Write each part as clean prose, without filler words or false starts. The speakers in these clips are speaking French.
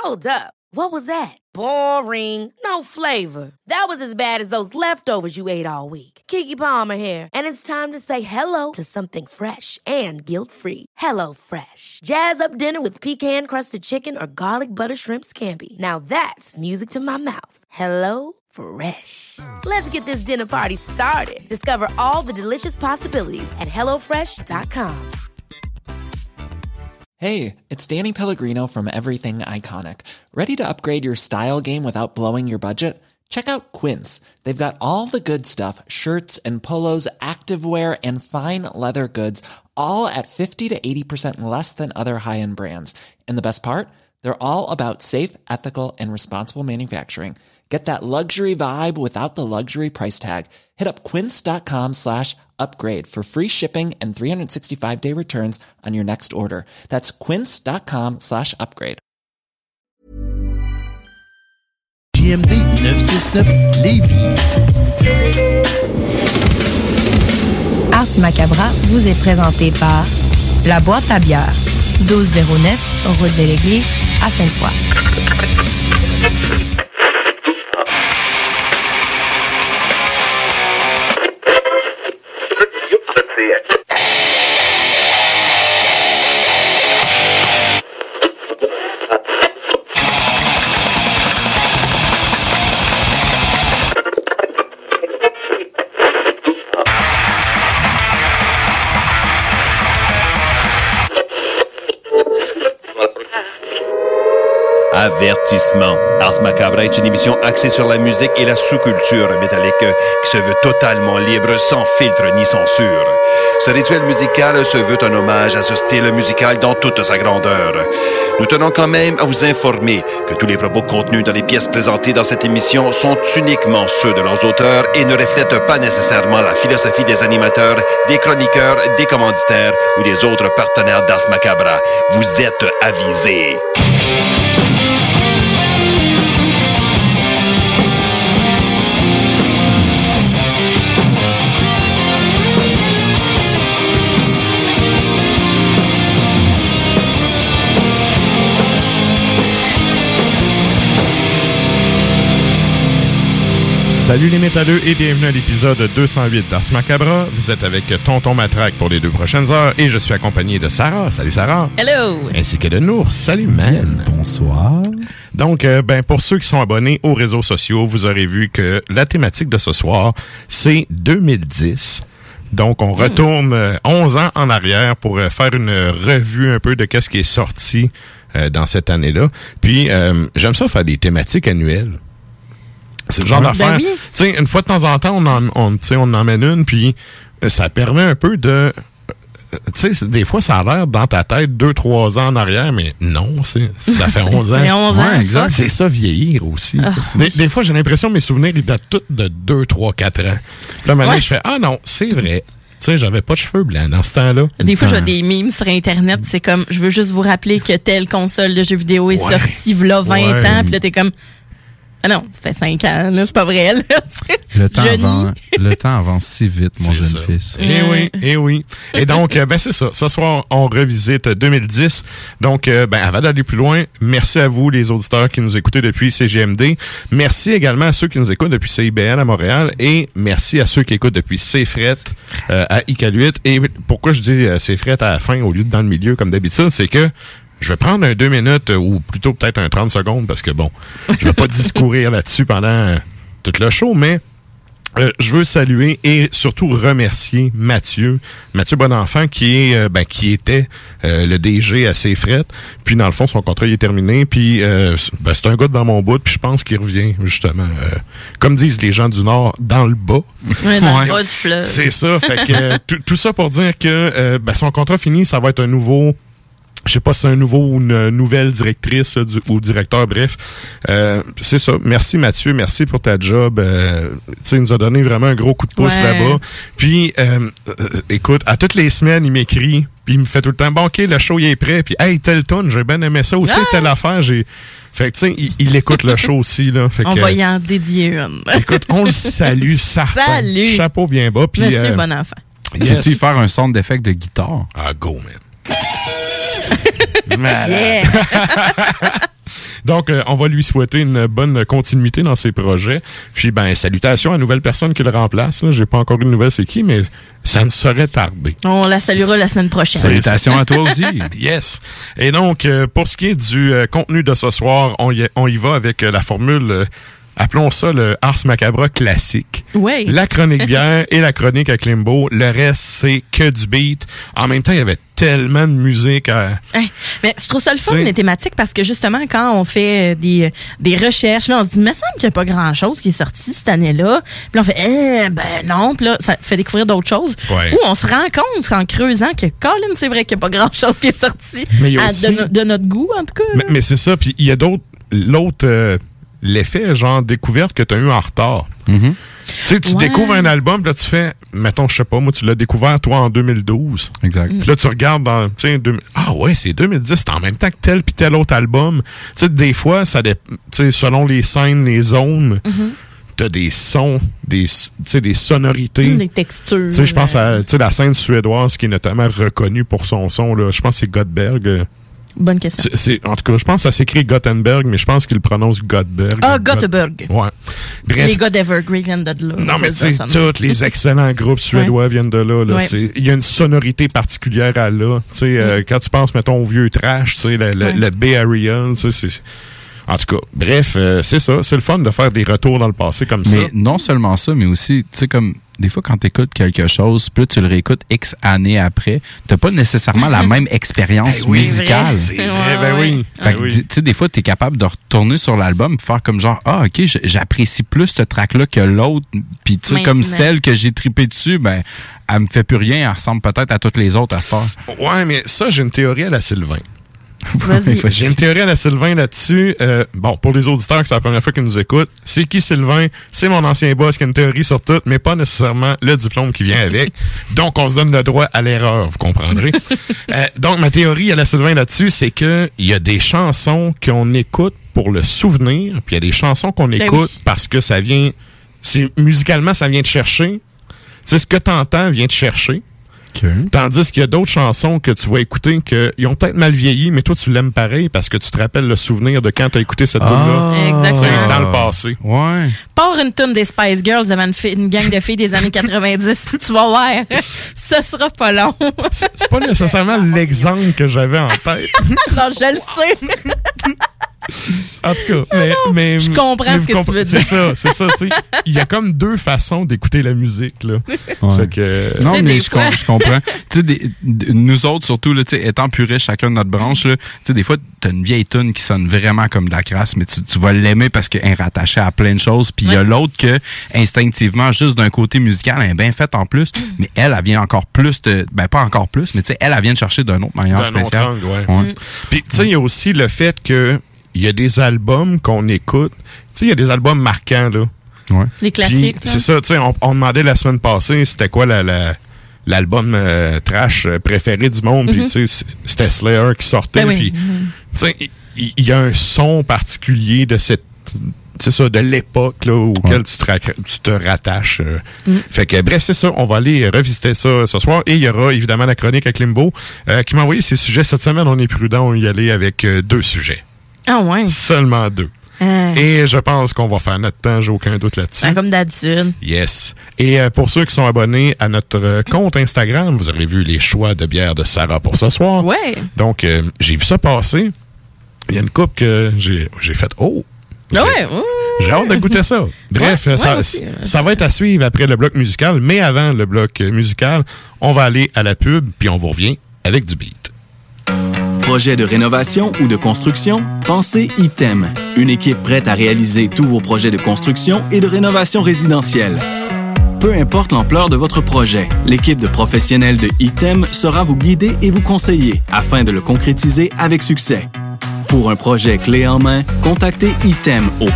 Hold up. What was that? Boring. No flavor. That was as bad as those leftovers you ate all week. Keke Palmer here. And it's time to say hello to something fresh and guilt-free. Hello Fresh. Jazz up dinner with pecan-crusted chicken or garlic butter shrimp scampi. Now that's music to my mouth. Hello Fresh. Let's get this dinner party started. Discover all the delicious possibilities at hellofresh.com. Hey, it's Danny Pellegrino from Everything Iconic. Ready to upgrade your style game without blowing your budget? Check out Quince. They've got all the good stuff, shirts and polos, activewear, and fine leather goods, all at 50 to 80% less than other high-end brands. And the best part? They're all about safe, ethical, and responsible manufacturing. Get that luxury vibe without the luxury price tag. Hit up quince.com/upgrade for free shipping and 365-day returns on your next order. That's quince.com/upgrade. JMD 969 Lévis. Ars Macabra vous est présenté par La Boîte à bière, 1209, route de l'Église, à Sainte-Foy. Avertissement. Ars Macabra est une émission axée sur la musique et la sous-culture métallique qui se veut totalement libre, sans filtre ni censure. Ce rituel musical se veut un hommage à ce style musical dans toute sa grandeur. Nous tenons quand même à vous informer que tous les propos contenus dans les pièces présentées dans cette émission sont uniquement ceux de leurs auteurs et ne reflètent pas nécessairement la philosophie des animateurs, des chroniqueurs, des commanditaires ou des autres partenaires d'Ars Macabra. Vous êtes avisés. Salut les métalleux et bienvenue à l'épisode 208 d'Ars Macabra. Vous êtes avec Tonton Matraque pour les 2 prochaines heures et je suis accompagné de Sarah. Salut Sarah. Hello. Ainsi que de Nours. Salut man. Bonsoir. Donc, pour ceux qui sont abonnés aux réseaux sociaux, vous aurez vu que la thématique de ce soir, c'est 2010. Donc, on retourne 11 ans en arrière pour faire une revue un peu de qu'est-ce qui est sorti dans cette année-là. Puis, j'aime ça faire des thématiques annuelles. C'est le genre d'affaire. Ben oui. Tu sais, une fois de temps en temps, on en emmène une, puis ça permet un peu de... Tu sais, des fois, ça a l'air dans ta tête 2-3 ans en arrière, mais non, ça fait 11 ans. 11 ans, exact. C'est ça, vieillir aussi. Des fois, j'ai l'impression que mes souvenirs, ils datent tous de 2, 3, 4 ans. Puis là, maintenant, je fais, ah non, c'est vrai. Tu sais, j'avais pas de cheveux blancs dans ce temps-là. Des fois, je vois des memes sur Internet, c'est comme, je veux juste vous rappeler que telle console de jeux vidéo est sortie v'là 20 ans, puis là, t'es comme... Ah non, ça fait 5 ans, là, c'est pas vrai, là. Le temps avance si vite, mon jeune fils. Eh oui. Et donc, c'est ça. Ce soir, on revisite 2010. Donc, avant d'aller plus loin, merci à vous, les auditeurs qui nous écoutez depuis CGMD. Merci également à ceux qui nous écoutent depuis CIBL à Montréal. Et merci à ceux qui écoutent depuis CFRET à Iqaluit. Et pourquoi je dis CFRET à la fin au lieu de dans le milieu, comme d'habitude, c'est que je vais prendre un 2 minutes, ou plutôt peut-être un 30 secondes, parce que bon, je vais pas discourir là-dessus pendant tout le show, mais je veux saluer et surtout remercier Mathieu Bonenfant, qui était le DG à CFRET, puis dans le fond, son contrat il est terminé, puis c'est un gars dans mon bout, puis je pense qu'il revient, justement, comme disent les gens du Nord, dans le bas. Ouais, dans le bas du fleuve. C'est ça, fait que tout ça pour dire que son contrat fini, ça va être un nouveau... Je sais pas si c'est un nouveau ou une nouvelle directrice là, ou directeur, bref. C'est ça. Merci Mathieu, merci pour ta job. Il nous a donné vraiment un gros coup de pouce là-bas. Puis, écoute, à toutes les semaines, il m'écrit, puis il me fait tout le temps, bon, OK, le show il est prêt, puis hey, tel tune, j'ai bien aimé ça, ou tu sais, telle affaire, Fait que, tu sais, il écoute le show aussi, là. Fait on va y en dédier une. Écoute, on le salue, certain. Salut! Chapeau bien bas. Puis, Monsieur Bonenfant. Yes. Tu faire un son d'effet de guitare? Ah, go, man. Yeah. Donc, on va lui souhaiter une bonne continuité dans ses projets. Puis, salutations à la nouvelle personne qui le remplace. J'ai pas encore eu de nouvelles c'est qui, mais ça ne saurait tarder. On la saluera la semaine prochaine. Salutations à toi aussi. Yes. Et donc, pour ce qui est du contenu de ce soir, on y va avec la formule... appelons ça le Ars Macabra classique. Oui. La chronique bière et la chronique à Klimbo. Le reste, c'est que du beat. En même temps, il y avait tellement de musique à... Mais je trouve ça le fun, les thématiques, parce que justement, quand on fait des recherches, là, on se dit, il me semble qu'il n'y a pas grand-chose qui est sorti cette année-là. Puis là, on fait, non. Puis là, ça fait découvrir d'autres choses. Ouais. Ou on se rend compte, en creusant, que Colin, c'est vrai qu'il n'y a pas grand-chose qui est sorti. Mais il y a aussi... de notre goût, en tout cas. Mais c'est ça. Puis il y a l'autre... l'effet, genre, découverte que tu as eu en retard. Mm-hmm. Tu sais, tu découvres un album, puis là, tu fais, mettons, je sais pas, moi, tu l'as découvert, toi, en 2012. Exact. Puis là, tu regardes dans, tu sais, c'est 2010, c'est en même temps que tel puis tel autre album. Tu sais, des fois, tu sais, selon les scènes, les zones, t'as des sons, des sonorités. Des textures. Tu sais, je pense à, la scène suédoise qui est notamment reconnue pour son son, là. Je pense que c'est Göteborg. Bonne question. En tout cas, je pense que ça s'écrit Gothenburg, mais je pense qu'il le prononce Göteborg. Ah, Göteborg. Ouais. Bref. Les gars d'Evergrey viennent de là. Non, mais tu sais, tous les excellents groupes suédois viennent de là. Ouais. Il y a une sonorité particulière à là. Tu sais, quand tu penses, mettons, au vieux trash, tu sais, le Bay Area, tu sais, c'est... En tout cas, bref, c'est ça. C'est le fun de faire des retours dans le passé comme ça. Mais non seulement ça, mais aussi, tu sais, comme des fois, quand tu écoutes quelque chose, puis là, tu le réécoutes X années après, t'as pas nécessairement la même expérience musicale. C'est vrai, oui. Fait que, tu sais, des fois, t'es capable de retourner sur l'album et faire comme genre, OK, j'apprécie plus ce track-là que l'autre. Puis, tu sais, comme celle que j'ai trippé dessus, elle me fait plus rien. Elle ressemble peut-être à toutes les autres à cette heure. Ouais, mais ça, j'ai une théorie à la Sylvain. Vas-y. J'ai une théorie à la Sylvain là-dessus. Pour les auditeurs que c'est la première fois qu'ils nous écoutent, c'est qui Sylvain? C'est mon ancien boss qui a une théorie sur tout, mais pas nécessairement le diplôme qui vient avec. Donc, on se donne le droit à l'erreur, vous comprendrez. Donc, ma théorie à la Sylvain là-dessus, c'est que il y a des chansons qu'on écoute pour le souvenir, puis il y a des chansons qu'on écoute parce que ça vient... musicalement, ça vient te chercher. Tu sais, ce que t'entends vient te chercher. Okay. Tandis qu'il y a d'autres chansons que tu vas écouter qui ont peut-être mal vieilli, mais toi, tu l'aimes pareil parce que tu te rappelles le souvenir de quand tu as écouté cette tune-là. Exactement. Dans le passé. Ouais. Part une tune des Spice Girls devant une gang de filles des années 90. Tu vas voir. Ce sera pas long. C'est pas nécessairement l'exemple que j'avais en tête. Genre, je le sais. En tout cas, mais je comprends ce que tu veux dire. C'est ça. Il y a comme deux façons d'écouter la musique, là. Ouais. Fait que, non, mais je comprends. Tu sais, nous autres, surtout, là, étant puristes chacun de notre branche, tu sais, des fois, t'as une vieille tune qui sonne vraiment comme de la crasse, mais tu vas l'aimer parce qu'elle est rattachée à plein de choses. Puis il y a l'autre que, instinctivement, juste d'un côté musical, elle est bien faite en plus, mais elle vient encore plus de... pas encore plus, mais tu sais, elle vient de chercher d'une autre manière spéciale. Autre angle, Puis, tu sais, il y a aussi le fait que il y a des albums qu'on écoute. Tu sais, il y a des albums marquants, là. Ouais. Les classiques. C'est ça, tu sais, on demandait la semaine passée c'était quoi l'album trash préféré du monde. Puis, tu sais, c'était Slayer qui sortait. Puis, tu sais, il y a un son particulier de cette... C'est ça, de l'époque là, auquel tu te rattaches. Fait que, bref, c'est ça. On va aller revisiter ça ce soir. Et il y aura évidemment la chronique à Klimbo qui m'a envoyé ses sujets. Cette semaine, on est prudent. On va y aller avec 2 sujets. Ah ouais? Seulement 2. Et je pense qu'on va faire notre temps, j'ai aucun doute là-dessus. Comme d'habitude. Yes. Et pour ceux qui sont abonnés à notre compte Instagram, vous aurez vu les choix de bière de Sarah pour ce soir. Ouais. Donc, j'ai vu ça passer. Il y a une coupe que j'ai fait « Oh! » J'ai hâte de goûter ça. Bref, ça va être à suivre après le bloc musical, mais avant le bloc musical, on va aller à la pub, puis on vous revient avec du beat. Projet de rénovation ou de construction? Pensez ITEM. Une équipe prête à réaliser tous vos projets de construction et de rénovation résidentielle. Peu importe l'ampleur de votre projet, l'équipe de professionnels de ITEM sera vous guider et vous conseiller afin de le concrétiser avec succès. Pour un projet clé en main, contactez ITEM au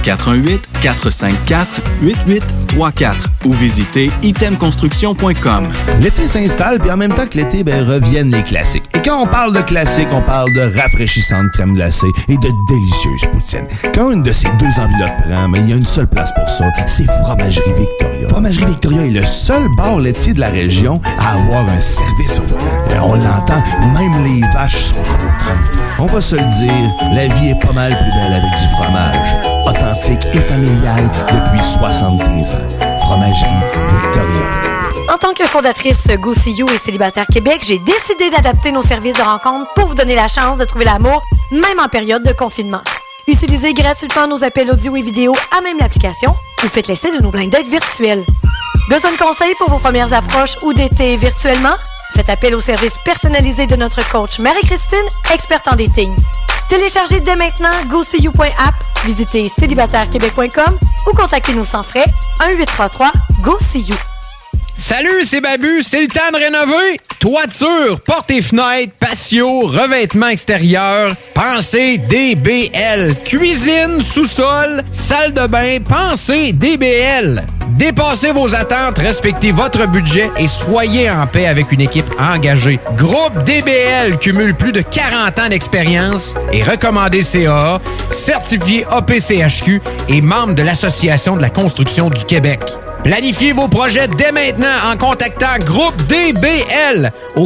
418-454-8834 ou visitez itemconstruction.com. L'été s'installe, puis en même temps que l'été, reviennent les classiques. Et quand on parle de classiques, on parle de rafraîchissante crème glacée et de délicieuses poutines. Quand une de ces 2 enveloppes prend, il y a une seule place pour ça, c'est Fromagerie Victoria. Fromagerie Victoria est le seul bar laitier de la région à avoir un service au volant. On l'entend, même les vaches sont contentes. On va se le dire, la vie est pas mal plus belle avec du fromage. Authentique et familial depuis 73 ans. Fromagerie Victoria. En tant que fondatrice Go See You et Célibataire Québec, j'ai décidé d'adapter nos services de rencontre pour vous donner la chance de trouver l'amour, même en période de confinement. Utilisez gratuitement nos appels audio et vidéo à même l'application ou faites l'essai de nos blind dates virtuels. Besoin de conseils pour vos premières approches ou d'été virtuellement? Faites appel au service personnalisé de notre coach Marie-Christine, experte en dating. Téléchargez dès maintenant GoSeeYou.app, visitez célibatairequebec.com ou contactez-nous sans frais 1-833-GO-SEE-YOU. Salut, c'est Babu, c'est le temps de rénover. Toiture, portes et fenêtres, patio, revêtement extérieur, pensez DBL. Cuisine, sous-sol, salle de bain, pensez DBL. Dépassez vos attentes, respectez votre budget et soyez en paix avec une équipe engagée. Groupe DBL cumule plus de 40 ans d'expérience et recommandé CAA, certifié APCHQ et membre de l'Association de la construction du Québec. Planifiez vos projets dès maintenant en contactant Groupe DBL au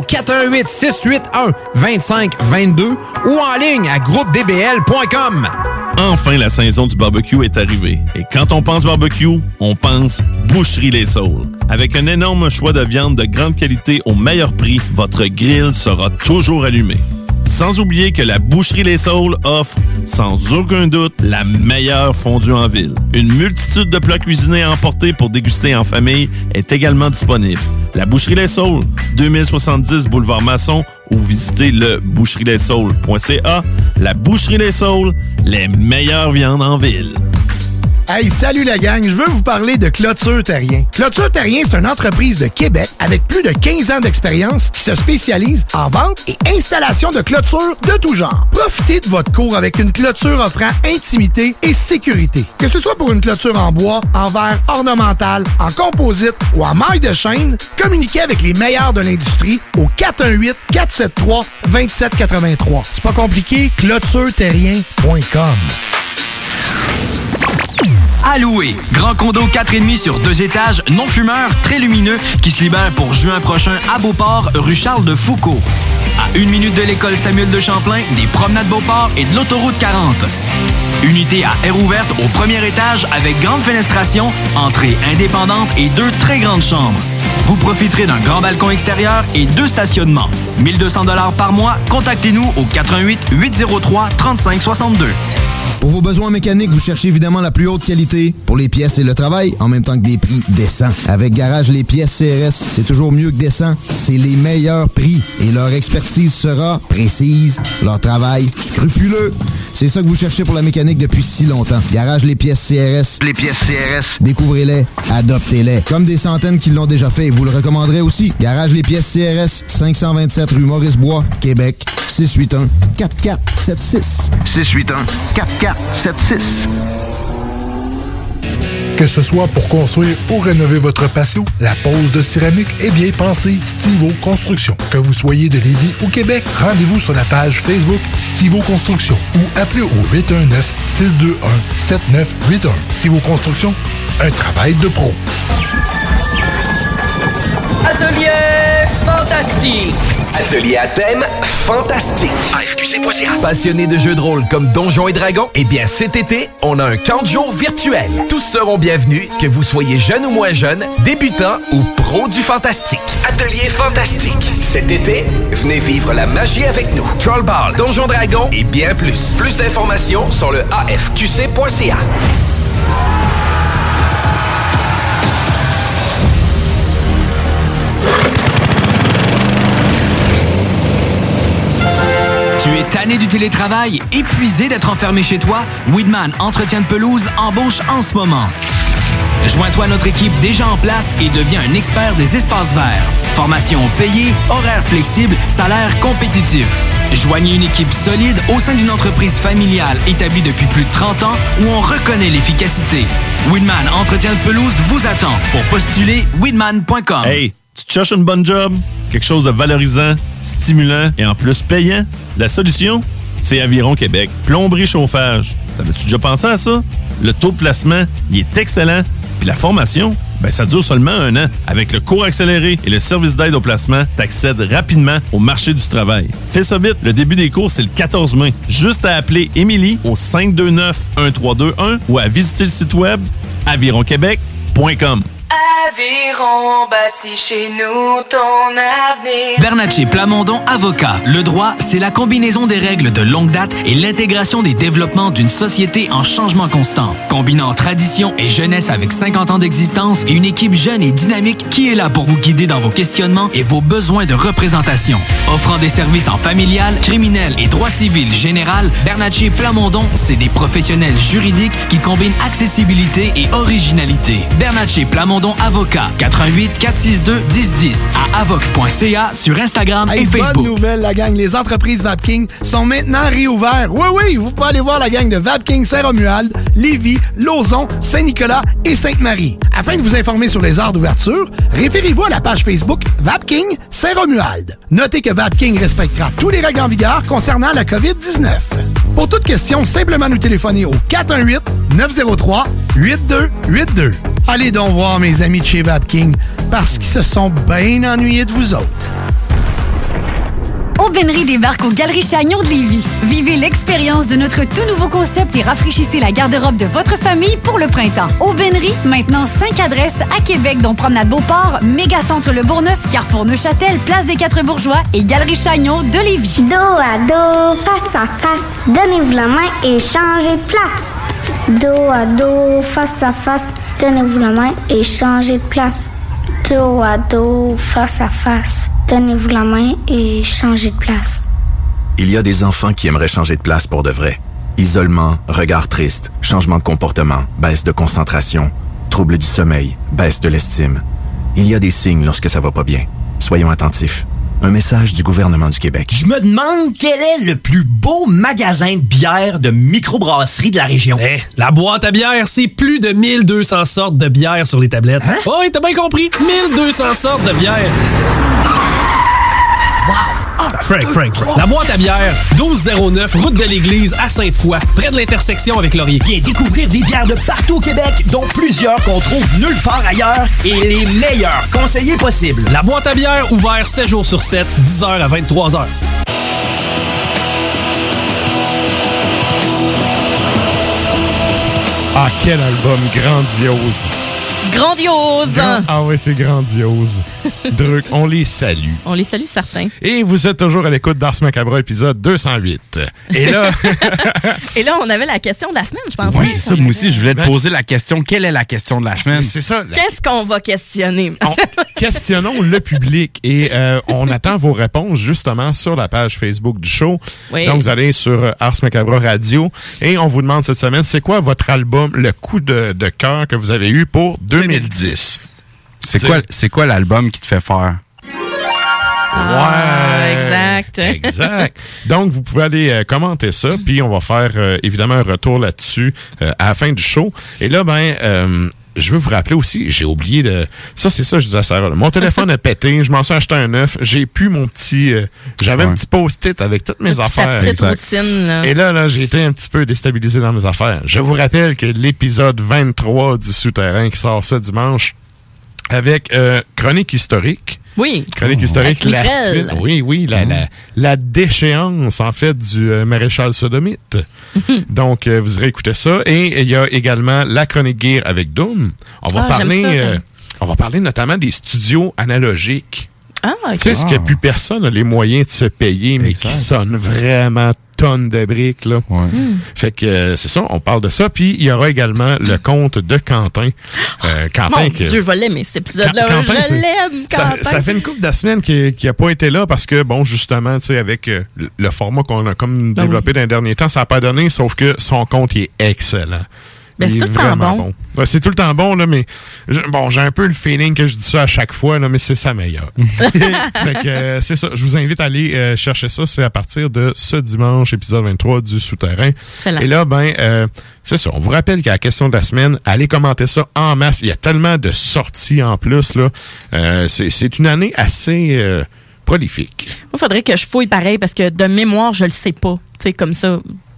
418-681-2522 ou en ligne à groupedbl.com. Enfin, la saison du barbecue est arrivée. Et quand on pense barbecue, on pense Boucherie Les Saules. Avec un énorme choix de viande de grande qualité au meilleur prix, votre grill sera toujours allumé. Sans oublier que la Boucherie Les Saules offre, sans aucun doute, la meilleure fondue en ville. Une multitude de plats cuisinés à emporter pour déguster en famille est également disponible. La Boucherie Les Saules, 2070 Boulevard Masson, ou visitez le boucherieslessaules.ca. La Boucherie Les Saules, les meilleures viandes en ville. Hey, salut la gang, je veux vous parler de Clôture Terrien. Clôture Terrien, c'est une entreprise de Québec avec plus de 15 ans d'expérience qui se spécialise en vente et installation de clôtures de tout genre. Profitez de votre cour avec une clôture offrant intimité et sécurité. Que ce soit pour une clôture en bois, en verre ornemental, en composite ou en maille de chêne, communiquez avec les meilleurs de l'industrie au 418-473-2783. C'est pas compliqué, clôtureterrien.com. À louer. Grand condo 4,5 sur 2 étages, non fumeur, très lumineux, qui se libère pour juin prochain à Beauport, rue Charles de Foucault. À 1 minute de l'école Samuel de Champlain, des promenades Beauport et de l'autoroute 40. Unité à air ouverte au premier étage avec grande fenestration, entrée indépendante et 2 très grandes chambres. Vous profiterez d'un grand balcon extérieur et 2 stationnements. 1 200 $ par mois. Contactez-nous au 88-803-3562. Pour vos besoins mécaniques, vous cherchez évidemment la plus haute qualité pour les pièces et le travail, en même temps que des prix décents. Avec Garage Les Pièces CRS, c'est toujours mieux que décent. C'est les meilleurs prix et leur expertise sera précise, leur travail scrupuleux. C'est ça que vous cherchez pour la mécanique depuis si longtemps. Garage Les Pièces CRS. Les pièces CRS. Découvrez-les, adoptez-les. Comme des centaines qui l'ont déjà fait, vous le recommanderez aussi. Garage Les Pièces CRS, 527 rue Maurice-Bois, Québec, 681-4476. 681-4476. Que ce soit pour construire ou rénover votre patio, la pose de céramique est bien pensée Stivo Construction. Que vous soyez de Lévis ou Québec, rendez-vous sur la page Facebook Stivo Construction ou appelez au 819-621-7981. Stivo Construction, un travail de pro. Atelier fantastique. Atelier à thème fantastique. AFQC.ca. Passionné de jeux de rôle comme Donjons et Dragons? Eh bien, cet été, on a un camp de jour virtuel. Tous seront bienvenus, que vous soyez jeune ou moins jeune, débutant ou pro du fantastique. Atelier fantastique. Cet été, venez vivre la magie avec nous. Trollball, Donjons Dragons et bien plus. Plus d'informations sur le AFQC.ca. Tu es tanné du télétravail, épuisé d'être enfermé chez toi? Weedman Entretien de pelouse embauche en ce moment. Joins-toi à notre équipe déjà en place et deviens un expert des espaces verts. Formation payée, horaires flexibles, salaire compétitif. Joignez une équipe solide au sein d'une entreprise familiale établie depuis plus de 30 ans où on reconnaît l'efficacité. Weedman Entretien de pelouse vous attend. Pour postuler, weedman.com. Hey, tu te cherches une bonne job? Quelque chose de valorisant, stimulant et en plus payant? La solution, c'est Aviron Québec. Plomberie chauffage. T'avais-tu déjà pensé à ça? Le taux de placement, il est excellent. Puis la formation, Ben, ça dure seulement 1 an. Avec le cours accéléré et le service d'aide au placement, t'accèdes rapidement au marché du travail. Fais ça vite, le début des cours, c'est le 14 mai. Juste à appeler Émilie au 529-1321 ou à visiter le site web avironquebec.com. Aviron bâtit chez nous ton avenir. Bernatchez Plamondon Avocat. Le droit, c'est la combinaison des règles de longue date et l'intégration des développements d'une société en changement constant. Combinant tradition et jeunesse avec 50 ans d'existence et une équipe jeune et dynamique qui est là pour vous guider dans vos questionnements et vos besoins de représentation. Offrant des services en familial, criminel et droit civil général, Bernatchez Plamondon, c'est des professionnels juridiques qui combinent accessibilité et originalité. Bernatchez Plamondon Avocat, 88 462 1010 à avoc.ca sur Instagram et Facebook. Bonne nouvelle, la gang. Les entreprises Vapking sont maintenant réouvertes. Oui, vous pouvez aller voir la gang de Vapking Saint-Romuald, Lévis, Lauson, Saint-Nicolas et Sainte-Marie. Afin de vous informer sur les heures d'ouverture, référez-vous à la page Facebook Vapking Saint-Romuald. Notez que Vapking respectera tous les règles en vigueur concernant la COVID-19. Pour toute question, simplement nous téléphoner au 418-903-8282. Allez donc voir mes amis de chez Vapking, parce qu'ils se sont bien ennuyés de vous autres. Aubainerie débarque aux Galeries Chagnon de Lévis. Vivez l'expérience de notre tout nouveau concept et rafraîchissez la garde-robe de votre famille pour le printemps. Aubainerie, maintenant 5 adresses à Québec, dont Promenade Beauport, Mégacentre Le Bourgneuf, Carrefour Neuchâtel, Place des Quatre Bourgeois et Galerie Chagnon de Lévis. Dos à dos, face à face, donnez-vous la main et changez de place. Dos à dos, face à face, donnez-vous la main et changez de place. Dos à dos, face à face, donnez-vous la main et changez de place. Il y a des enfants qui aimeraient changer de place pour de vrai. Isolement, regard triste, changement de comportement, baisse de concentration, trouble du sommeil, baisse de l'estime. Il y a des signes lorsque ça va pas bien. Soyons attentifs. Un message du gouvernement du Québec. Je me demande quel est le plus beau magasin de bière de microbrasserie de la région. La boîte à bière, c'est plus de 1200 sortes de bière sur les tablettes. Hein? Oh, oui, t'as bien compris. 1200 sortes de bière. Wow! Frank. La boîte à bière, 1209, route de l'église à Sainte-Foy, près de l'intersection avec Laurier. Viens découvrir des bières de partout au Québec, dont plusieurs qu'on trouve nulle part ailleurs et les meilleurs conseillers possibles. La boîte à bière, ouvert 7 jours sur 7, 10h à 23h. Ah, quel album grandiose! Grandiose! Ah oui, c'est grandiose. Druc, on les salue. On les salue certains. Et vous êtes toujours à l'écoute d'Ars Macabre, épisode 208. Et là... Et là, on avait la question de la semaine, je pense. Oui, c'est ça. Moi aussi, je voulais te poser la question. Quelle est la question de la semaine? C'est ça. Qu'est-ce qu'on va questionner? Questionnons le public et on attend vos réponses justement sur la page Facebook du show. Oui. Donc, vous allez sur Ars Macabre Radio et on vous demande cette semaine, c'est quoi votre album, le coup de cœur que vous avez eu pour 2010? C'est quoi l'album qui te fait faire? Exact. Donc, vous pouvez aller commenter ça, puis on va faire évidemment un retour là-dessus à la fin du show. Et là, je veux vous rappeler aussi, j'ai oublié de... Ça, c'est ça, je disais à Sarah. Mon téléphone a pété, je m'en suis acheté un neuf. J'ai plus mon petit... j'avais un petit post-it avec toutes mes affaires. Ta petite routine, là. Et là, j'ai été un petit peu déstabilisé dans mes affaires. Je vous rappelle que l'épisode 23 du Souterrain qui sort ce dimanche avec Chronique historique. Oui. Chronique historique, la suite. Oui, la déchéance, en fait, du maréchal sodomite. Donc, vous irez écouter ça. Et il y a également la chronique gear avec Doom. On va parler notamment des studios analogiques. Ah, okay. Tu sais, ce que plus personne n'a les moyens de se payer, mais qui sonnent vraiment tonnes de briques, là. Ouais. Fait que c'est ça, on parle de ça. Puis il y aura également le conte de Quentin. Quentin Mon Dieu, je vais l'aimer, cet épisode-là. Quentin, je l'aime, Quentin. Ça fait une couple de semaines qu'il n'a pas été là parce que, bon, justement, tu sais, avec le format qu'on a comme développé dans les derniers temps, ça n'a pas donné, sauf que son conte, il est excellent. Ben, c'est tout le temps bon. Ouais, c'est tout le temps bon, là, mais j'ai un peu le feeling que je dis ça à chaque fois, là, mais c'est ça meilleur. Fait que c'est ça. Je vous invite à aller chercher ça. C'est à partir de ce dimanche, épisode 23 du Souterrain. Excellent. Et là, c'est ça. On vous rappelle qu'à la question de la semaine, allez commenter ça en masse. Il y a tellement de sorties en plus, là. C'est une année assez prolifique. Il faudrait que je fouille pareil parce que de mémoire, je le sais pas. Tu sais, comme ça.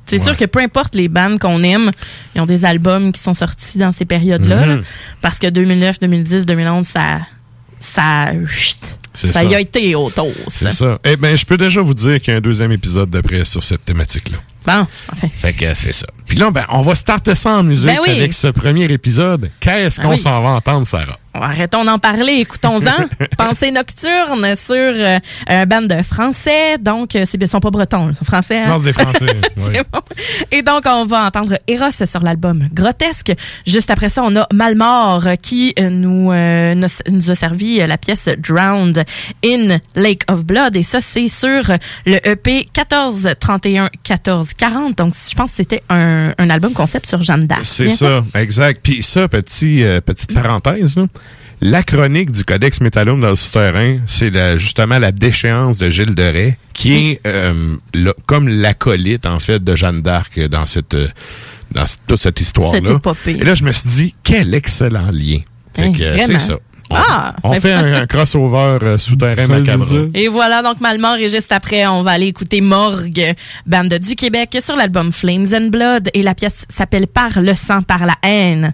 C'est sûr que peu importe les bands qu'on aime, ils ont des albums qui sont sortis dans ces périodes-là. Là, parce que 2009, 2010, 2011, ça y a été autour. C'est ça. Eh bien, je peux déjà vous dire qu'il y a un deuxième épisode d'après sur cette thématique-là. Bon, enfin. Fait que c'est ça. Puis là, on va starter ça en musique avec ce premier épisode. Qu'est-ce qu'on s'en va entendre, Sarah? Arrêtons d'en parler, écoutons-en. Pensée nocturne sur un band de français. Donc, ils sont pas bretons, ils sont français. Hein? Non, c'est des français. Oui. Bon. Et donc, on va entendre Eros sur l'album Grotesque. Juste après ça, on a Malmort qui nous a servi la pièce Drowned in Lake of Blood. Et ça, c'est sur le EP 14-31-14-40. Donc, je pense que c'était un album concept sur Jeanne d'Arc. C'est ça, exact. Puis ça, petite parenthèse, là. La chronique du Codex Métallum dans le souterrain, c'est justement la déchéance de Gilles de Rais, qui est comme l'acolyte, en fait, de Jeanne d'Arc dans toute cette histoire-là. Et là, je me suis dit, quel excellent lien. Fait que c'est ça. On fait un crossover souterrain macabre. Et voilà, donc Malmort, et juste après, on va aller écouter Morgue, bande du Québec, sur l'album Flames and Blood, et la pièce s'appelle Par le sang, par la haine.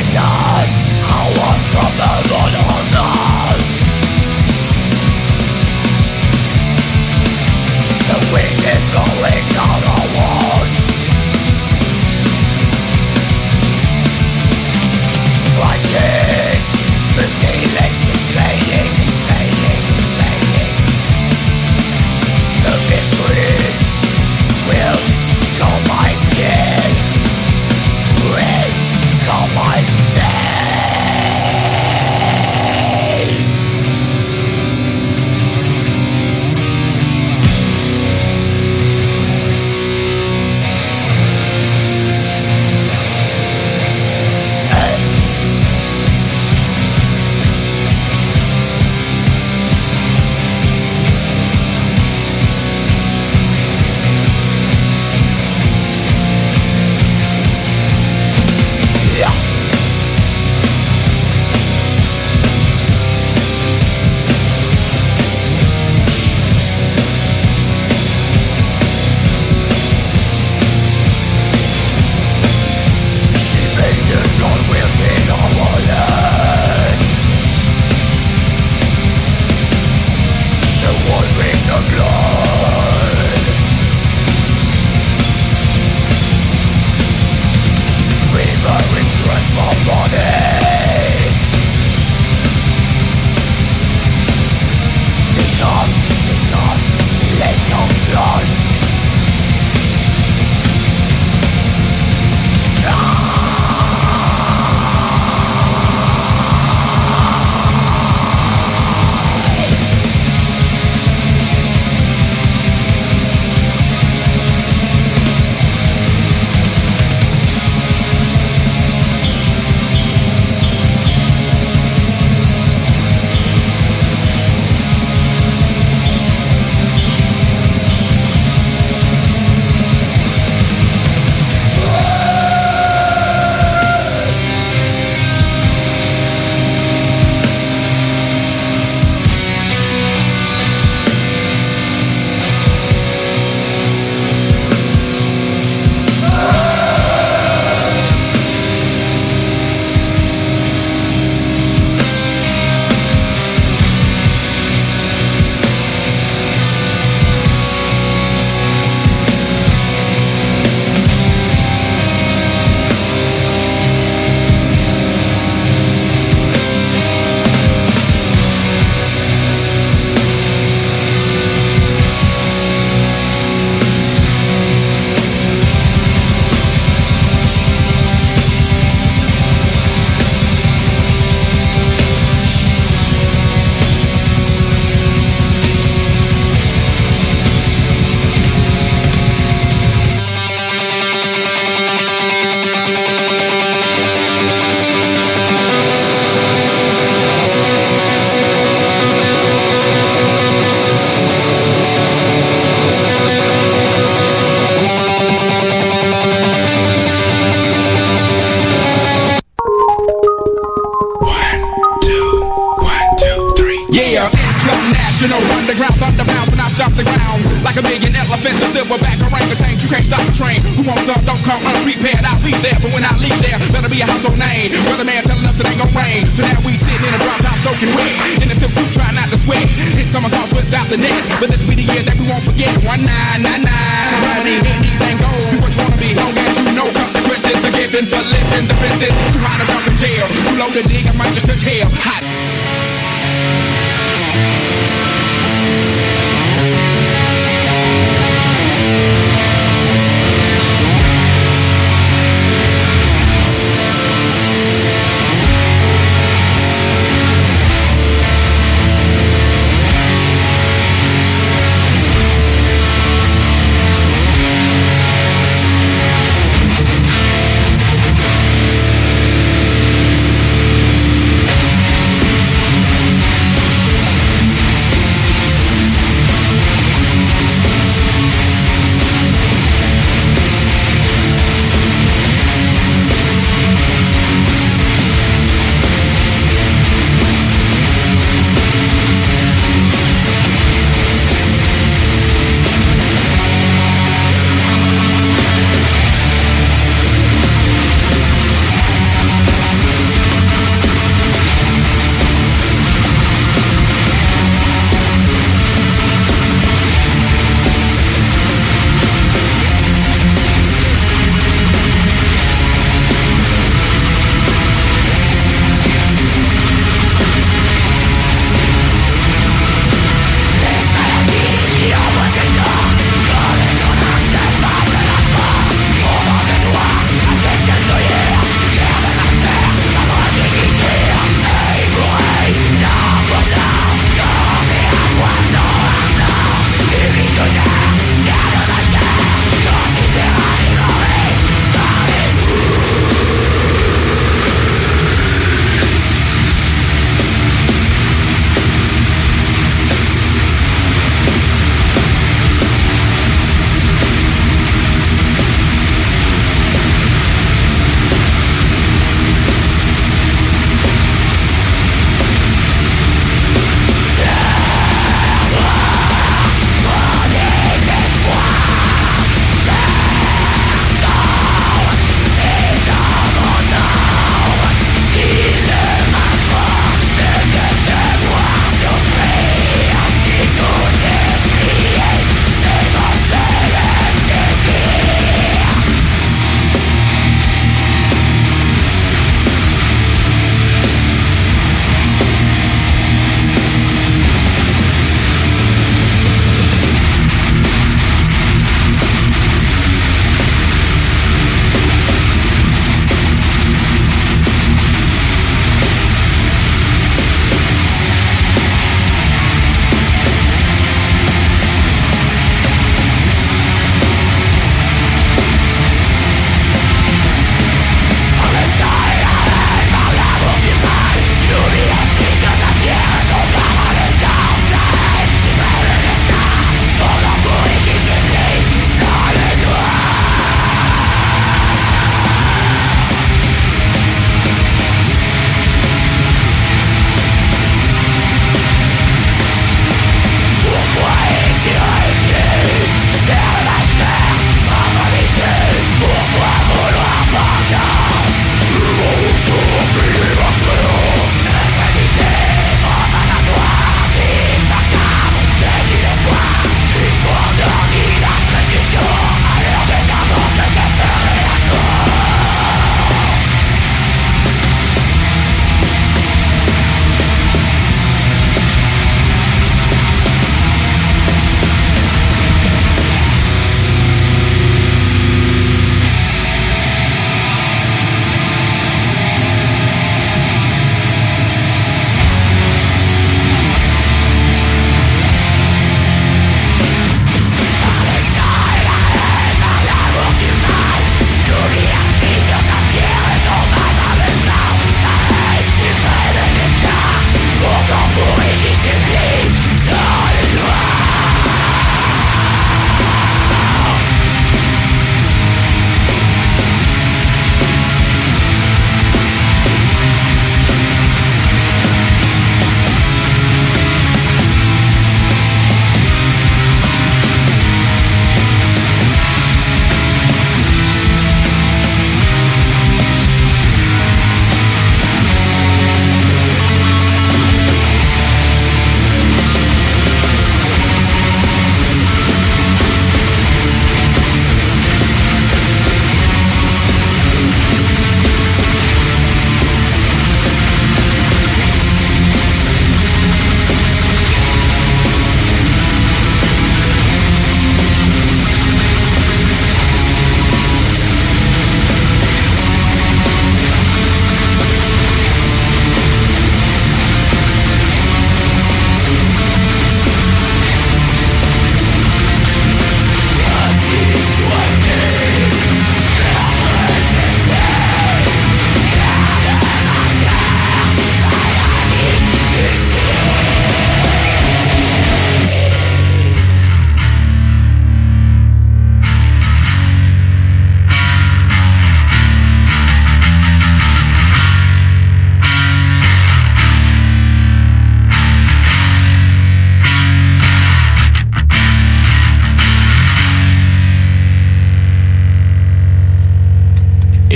National underground thunder pounds when I stop the ground. Like a million elephants, a silverback orangutan. You can't stop the train. Who wants some? Don't come unprepared. I'll be there, but when I leave there, better be a household name. Weatherman telling us it ain't gon' rain. So now we sitting in a drop top soaking wet. In the silk suit, trying not to sweat. Hit somersaults without the net. But this be the year that we won't forget. 1999. Money, anything goes. We what you wanna be. Long as you know consequences are given for living the fences. Too hot to jump in jail. Too low to dig, I might just touch hell. Hot.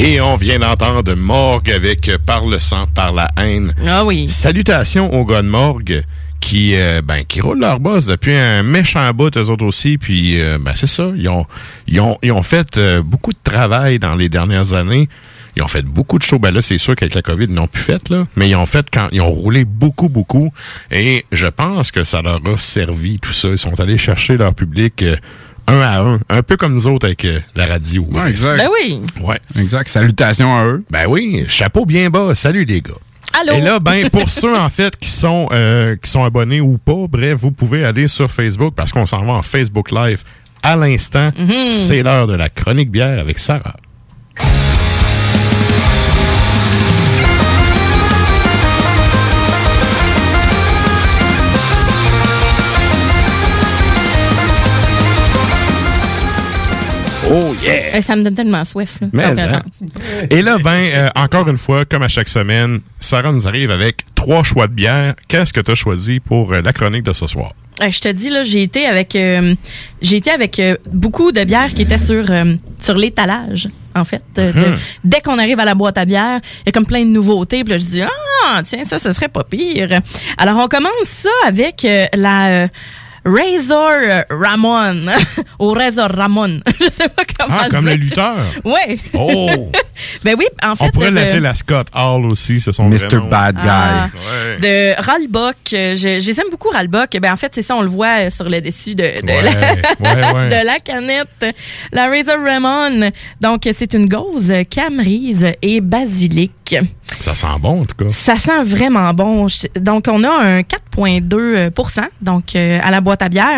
Et on vient d'entendre Morgue avec Par le sang, par la haine. Ah oui. Salutations aux gars de Morgue qui roulent leur boss depuis un méchant bout, eux autres aussi. Puis, c'est ça. Ils ont fait beaucoup de travail dans les dernières années. Ils ont fait beaucoup de shows. Ben là, c'est sûr qu'avec la COVID, ils n'ont plus fait, là. Mais ils ont roulé beaucoup. Et je pense que ça leur a servi, tout ça. Ils sont allés chercher leur public un à un peu comme nous autres avec la radio. Ouais, exact. Ben oui. Ouais. Exact. Salutations à eux. Ben oui, chapeau bien bas. Salut les gars. Allô? Et là, pour ceux, en fait, qui sont abonnés ou pas, bref, vous pouvez aller sur Facebook parce qu'on s'en va en Facebook Live à l'instant. Mm-hmm. C'est l'heure de la chronique bière avec Sarah. Oh yeah! Ça me donne tellement soif. Là. Mais, et là, encore une fois, comme à chaque semaine, Sarah nous arrive avec 3 choix de bière. Qu'est-ce que tu as choisi pour la chronique de ce soir? Je te dis, là, j'ai été avec beaucoup de bières qui étaient sur l'étalage, en fait. Dès qu'on arrive à la boîte à bière, il y a comme plein de nouveautés. Puis là, je dis, tiens, ça serait pas pire. Alors, on commence ça avec la... Razor Ramon. Ou Razor Ramon. Je sais pas comment le dire. Comme le lutteur. Ouais. Oh. Ben oui, en fait. On pourrait l'appeler la Scott Hall aussi, c'est son Mr. Bad Guy. Ouais. De Ralbock. J'aime beaucoup Ralbock. Ben en fait, c'est ça, on le voit sur le dessus de la canette. La Razor Ramon. Donc, c'est une gauze camerise et basilic. Ça sent bon, en tout cas. Ça sent vraiment bon. Donc, on a un 4,2 %, donc à la boîte à bière,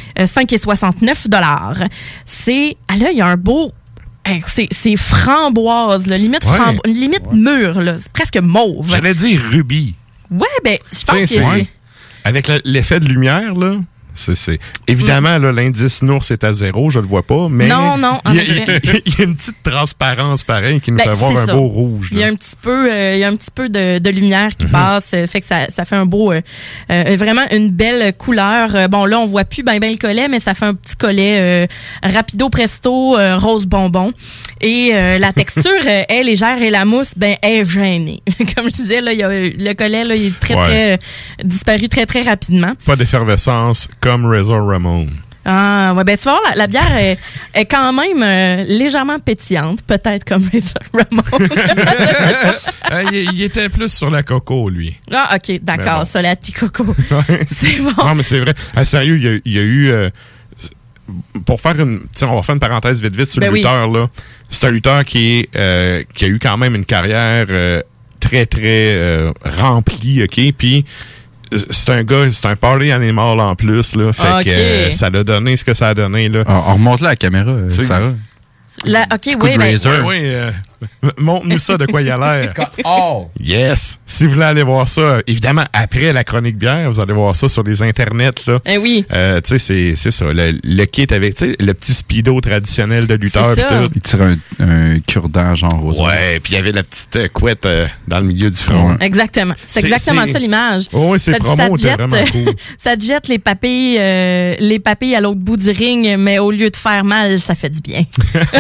5,69 $. C'est... Ah là, il y a un beau... C'est framboise, là, limite mûr, là, c'est presque mauve. J'allais dire rubis. Ouais, ben, je pense que c'est... Avec l'effet de lumière, là... Évidemment, là, l'indice Nours est à 0, je le vois pas, mais non, il y a une petite transparence pareille qui nous fait voir un beau rouge. Il y a un petit peu de lumière qui passe, fait que ça fait un beau, vraiment une belle couleur. Bon, là, on voit plus ben le collet, mais ça fait un petit collet rapido presto, rose bonbon. Et la texture est légère et la mousse, est gênée. Comme je disais, là, le collet, là, il est très disparu très, très rapidement. Pas d'effervescence comme Razor Ramon. Ah, ouais, tu vas voir, la bière est quand même légèrement pétillante, peut-être comme Razor Ramon. Il était plus sur la coco, lui. Ah, OK, d'accord, bon. Ça, la petite coco. C'est bon. Non, mais c'est vrai. Sérieux, il y a eu... pour faire on va faire une parenthèse vite sur le lutteur, là. C'est un lutteur qui a eu quand même une carrière très, très remplie, OK? Puis... c'est un party animal en plus, là. Fait que ça a donné ce que ça a donné, là. On remonte là la caméra, Sarah. Montre-nous ça de quoi il a l'air. Yes! Si vous voulez aller voir ça, évidemment, après la chronique bière, vous allez voir ça sur les internets, là. Oui. Tu sais, c'est ça. Le kit avec, tu sais, le petit speedo traditionnel de lutteur. Pis tout. Il tire un cure-dent genre rose. Ouais, puis il y avait la petite couette dans le milieu du front. Ouais. Exactement. C'est exactement ça l'image. Oui, c'est promo, c'est vraiment cool. Ça te jette les papilles à l'autre bout du ring, mais au lieu de faire mal, ça fait du bien.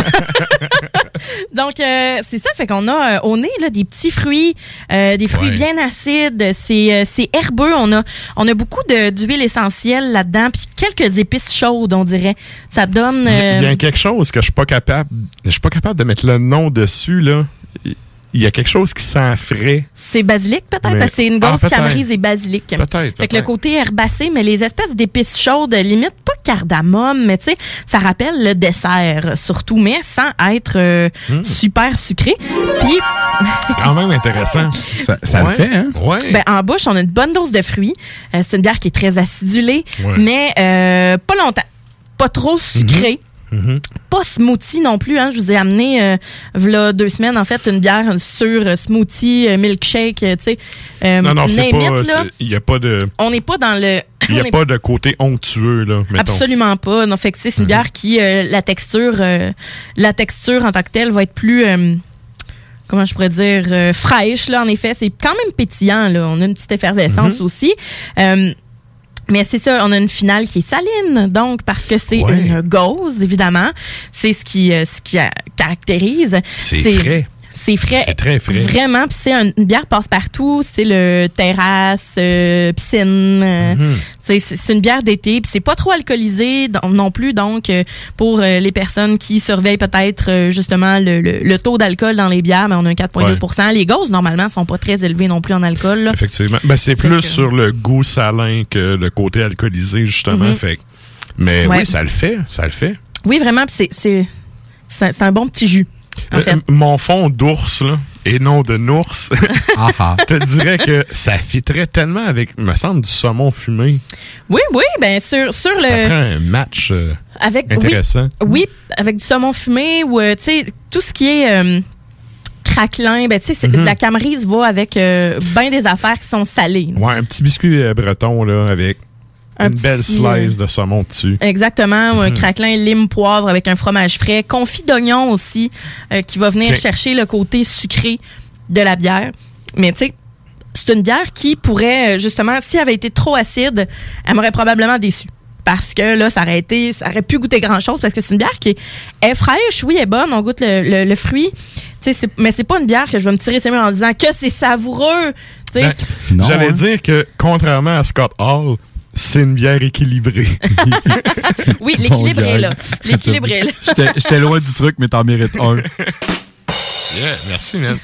Donc, c'est ça, fait qu'on a au nez là, des petits fruits, des fruits bien acides, c'est herbeux, on a beaucoup d'huile essentielle là-dedans, puis quelques épices chaudes, on dirait. Ça donne... Il y a quelque chose que je suis pas capable de mettre le nom dessus, là. Il y a quelque chose qui sent frais. C'est basilic, peut-être, parce que c'est une gauze camerise et basilic. Peut-être. Fait que le côté herbacé, mais les espèces d'épices chaudes, limite pas cardamome, mais tu sais, ça rappelle le dessert, surtout, mais sans être super sucré. Puis... quand même intéressant. Ça le fait, hein? Ouais. Ben, en bouche, on a une bonne dose de fruits. C'est une bière qui est très acidulée, mais pas longtemps. Pas trop sucrée. Pas smoothie non plus, hein. Je vous ai amené v'là 2 semaines en fait une bière sur smoothie, milkshake, tu sais. Non, c'est pas. Il y a pas de. On n'est pas dans le. Il n'y a pas de côté onctueux là. Mettons. Absolument pas. Non, fait que c'est une bière qui la texture en tant que telle va être plus. Comment je pourrais dire fraîche là. En effet, c'est quand même pétillant là. On a une petite effervescence aussi. Mais c'est ça, on a une finale qui est saline, donc parce que c'est une gauze, évidemment. C'est ce qui caractérise. C'est frais. C'est frais. C'est très frais. Vraiment. Puis c'est une bière passe-partout. C'est le terrasse, piscine. C'est une bière d'été. Puis c'est pas trop alcoolisé non plus. Donc, pour les personnes qui surveillent peut-être justement le taux d'alcool dans les bières, ben, on a un 4,2 Les gauzes, normalement, sont pas très élevés non plus en alcool. Là. Effectivement. Ben, c'est plus sur le goût salin que le côté alcoolisé, justement. Fait. Mais oui, ça le fait. Ça le fait. Oui, vraiment. Puis c'est un bon petit jus. En fait. Mon fond d'ours, là, et non de nours, te dirais que ça fitterait tellement avec, me semble, du saumon fumé. Oui, ben sur le... Ça ferait un match intéressant. Oui, avec du saumon fumé ou, tu sais, tout ce qui est craquelin, ben tu sais, la camerise va avec ben des affaires qui sont salées. Ouais, un petit biscuit breton, là, avec... Une belle slice de saumon dessus. Exactement. Un craquelin lime poivre avec un fromage frais. Confit d'oignon aussi, qui va venir chercher le côté sucré de la bière. Mais tu sais, c'est une bière qui pourrait, justement, si elle avait été trop acide, elle m'aurait probablement déçue. Parce que là, ça aurait pu goûter grand-chose parce que c'est une bière qui est fraîche, oui, elle est bonne, on goûte le fruit. Mais c'est pas une bière que je vais me tirer ses mains en disant que c'est savoureux. Ben, j'allais dire que, contrairement à Scott Hall, c'est une bière équilibrée. Oui, l'équilibre est là. L'équilibre est là. J'étais loin du truc, mais t'en mérites un. Yeah, merci, man.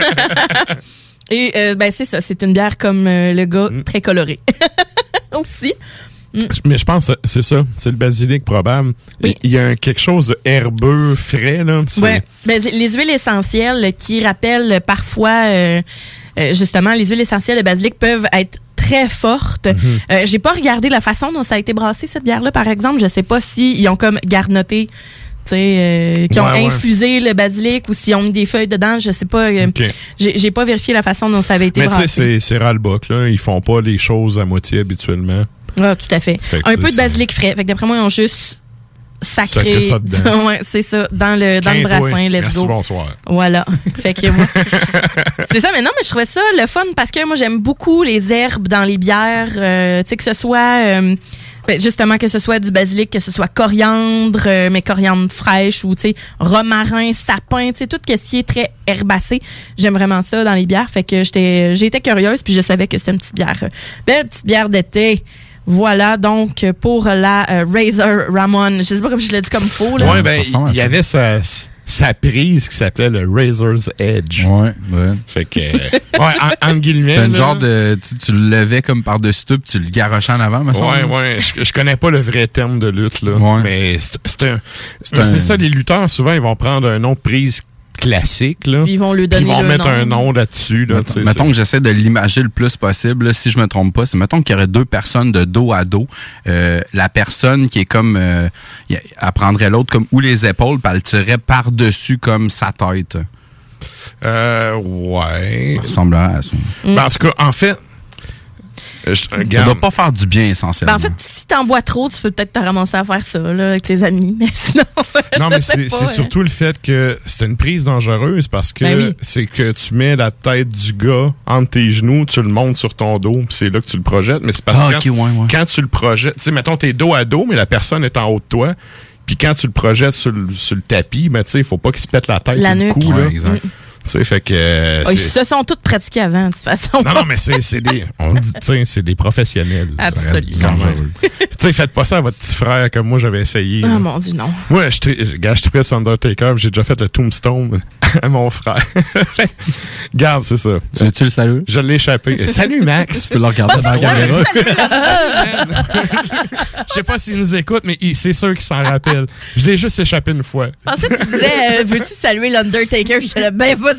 Et ben c'est ça, c'est une bière comme le gars, très colorée. Aussi. Mais je pense que c'est ça, c'est le basilic probable. Oui. Il y a quelque chose de herbeux, frais, là. Ouais. Ben, les huiles essentielles qui rappellent parfois, justement, les huiles essentielles de basilic peuvent être très forte. J'ai pas regardé la façon dont ça a été brassé, cette bière-là, par exemple. Je sais pas s'ils ont comme garnoté, qui ont infusé le basilic ou s'ils ont mis des feuilles dedans. Je sais pas. J'ai pas vérifié la façon dont ça avait été brassé. Mais tu sais, c'est ras-le-bas, là. Ils font pas les choses à moitié habituellement. Ah, tout à fait. Un peu de basilic frais. Fait que d'après moi, ils ont juste sacré ça dedans. Ouais, c'est ça, dans le brassin. Let's Merci, go. bonsoir. Voilà. Fait que c'est ça, mais non, mais je trouvais ça le fun parce que moi, j'aime beaucoup les herbes dans les bières. Tu sais, que ce soit justement, que ce soit du basilic, que ce soit coriandre, mais coriandre fraîche ou, tu sais, romarin, sapin, tu sais, tout ce qui est très herbacé. J'aime vraiment ça dans les bières. Fait que j'ai été curieuse, puis je savais que c'était une petite bière, belle petite bière d'été. Voilà, donc, pour la Razor Ramon. Je sais pas comme je l'ai dit comme faux, là. Ouais, ben, il y avait sa prise qui s'appelait le Razor's Edge. Ouais. Fait que, en guillemets. C'était un genre de, tu le levais comme par-dessus tout, puis tu le garochais en avant, me semble. Ouais. Je connais pas le vrai terme de lutte, là. Ouais. Mais c'est ça, les lutteurs, souvent, ils vont prendre un nom de prise classique, là. Puis ils vont lui donner ils vont le mettre nom. un nom là-dessus, là. Mettons que j'essaie de l'imager le plus possible, là, si je me trompe pas. C'est mettons qu'il y aurait deux personnes de dos à dos. La personne qui est comme... elle prendrait l'autre comme ou les épaules, puis elle le tirerait par-dessus comme sa tête. Ouais. Ça ressemblerait à ça. Ben, en tout cas, en fait... Ça doit pas faire du bien, essentiellement. Ben, en fait, si t'en bois trop, tu peux peut-être te ramasser à faire ça là, avec tes amis, mais sinon... Non, mais c'est surtout le fait que c'est une prise dangereuse parce que c'est que tu mets la tête du gars entre tes genoux, tu le montes sur ton dos, puis c'est là que tu le projettes. Mais c'est parce que quand tu le projettes, tu sais, mettons, t'es dos à dos, mais la personne est en haut de toi, puis quand tu le projettes sur le tapis, ben, tu sais, il faut pas qu'il se pète la tête la le nuque. cou, là. Exact. Tu sais, fait que... ils se sont tous pratiqués avant, de toute façon. Non, mais c'est des... On dit, tu sais, c'est des professionnels. Absolument. Tu sais, faites pas ça à votre petit frère comme moi, j'avais essayé. Ah, mon Dieu, non. Moi, je trippais sur Undertaker, j'ai déjà fait le Tombstone à mon frère. Garde, c'est ça. Tu le salues? Je l'ai échappé. Salut, Max! Tu peux le regarder dans la caméra. Je sais pas s'il nous écoute, mais c'est sûr qu'il s'en rappelle. Je l'ai juste échappé une fois. Je pensais que tu disais, veux-tu saluer l'Undertaker? Je disais, ben, vas-y.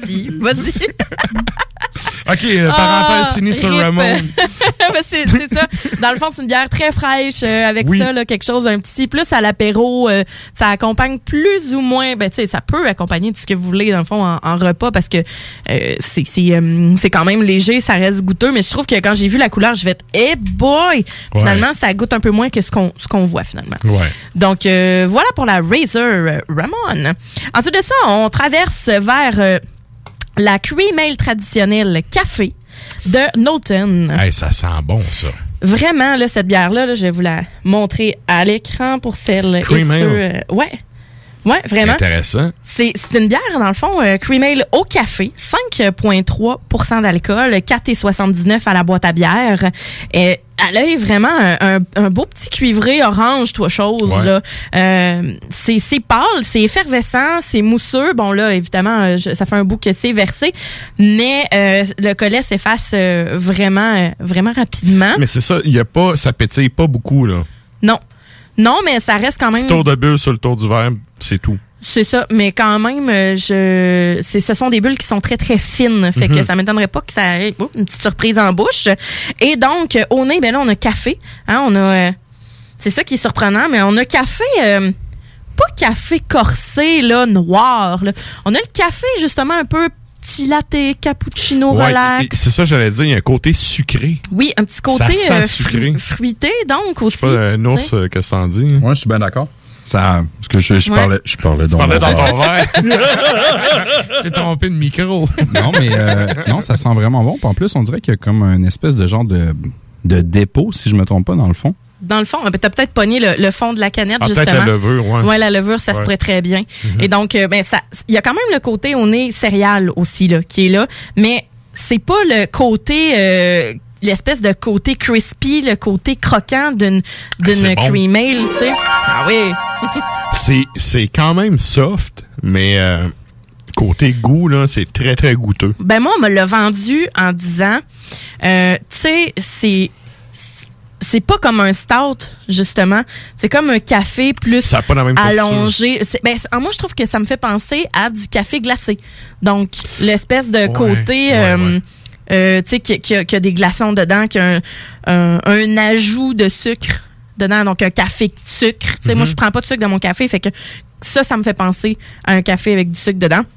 OK, parenthèse finie sur Ramon. c'est ça. Dans le fond, c'est une bière très fraîche avec ça, là, quelque chose un petit plus à l'apéro. Ça accompagne plus ou moins, ben tu sais, ça peut accompagner tout ce que vous voulez dans le fond en repas parce que c'est quand même léger, ça reste goûteux. Mais je trouve que quand j'ai vu la couleur, je vais être, hey boy, finalement ça goûte un peu moins que ce qu'on voit finalement. Ouais. Donc voilà pour la Razor Ramon. Ensuite de ça, on traverse vers la cream ale traditionnelle café de Knowlton. Hey, ça sent bon, ça. Vraiment, là, cette bière-là, là, je vais vous la montrer à l'écran pour celle cream et ale. ceux... ouais. Ouais, vraiment. Intéressant. C'est une bière, dans le fond, Cream Ale au café, 5,3% d'alcool, 4,79 à la boîte à bière. Et elle a vraiment un beau petit cuivré orange, toi chose. Ouais. Là. C'est pâle, c'est effervescent, c'est mousseux. Bon, là, évidemment, ça fait un bout que c'est versé, mais le collet s'efface vraiment rapidement. Mais c'est ça, ça pétille pas beaucoup, là. Non, mais ça reste quand même... Petit tour de bulle sur le tour du verre, c'est tout. C'est ça, mais quand même, ce sont des bulles qui sont très, très fines. Fait que ça m'étonnerait pas que ça ait une petite surprise en bouche. Et donc, au nez, ben là, on a café. Hein, on a... c'est ça qui est surprenant, mais on a café... pas café corsé, là, noir. Là. On a le café, justement, un peu... petit latte, cappuccino, relax. C'est ça, j'allais dire, il y a un côté sucré. Oui, un petit côté sucré. fruité, donc, aussi. Je sais pas, Nours, qu'est-ce que t'en dis? Ouais, je suis bien d'accord. Ça, parce que je parlais dans ton verre. C'est trompé de micro. Non, mais non, ça sent vraiment bon. Puis en plus, on dirait qu'il y a comme une espèce de genre de dépôt, si je me trompe pas, dans le fond. Dans le fond, t'as peut-être pogné le fond de la canette, justement. Peut-être la levure, ouais. Ouais, la levure, ça se pourrait très bien. Et donc, il y a quand même le côté au nez céréales aussi, là, qui est là. Mais c'est pas le côté, l'espèce de côté crispy, le côté croquant d'une cream ale, tu sais. Ah oui! c'est quand même soft, mais côté goût, là, c'est très, très goûteux. Ben moi, on me l'a vendu en disant, tu sais, c'est pas comme un stout, justement. C'est comme un café plus ça a pas la même allongé. Moi, je trouve que ça me fait penser à du café glacé. Donc, l'espèce de côté... tu sais, qui a des glaçons dedans, qui a un ajout de sucre dedans, donc un café sucre. Tu sais, moi, je prends pas de sucre dans mon café, fait que ça me fait penser à un café avec du sucre dedans.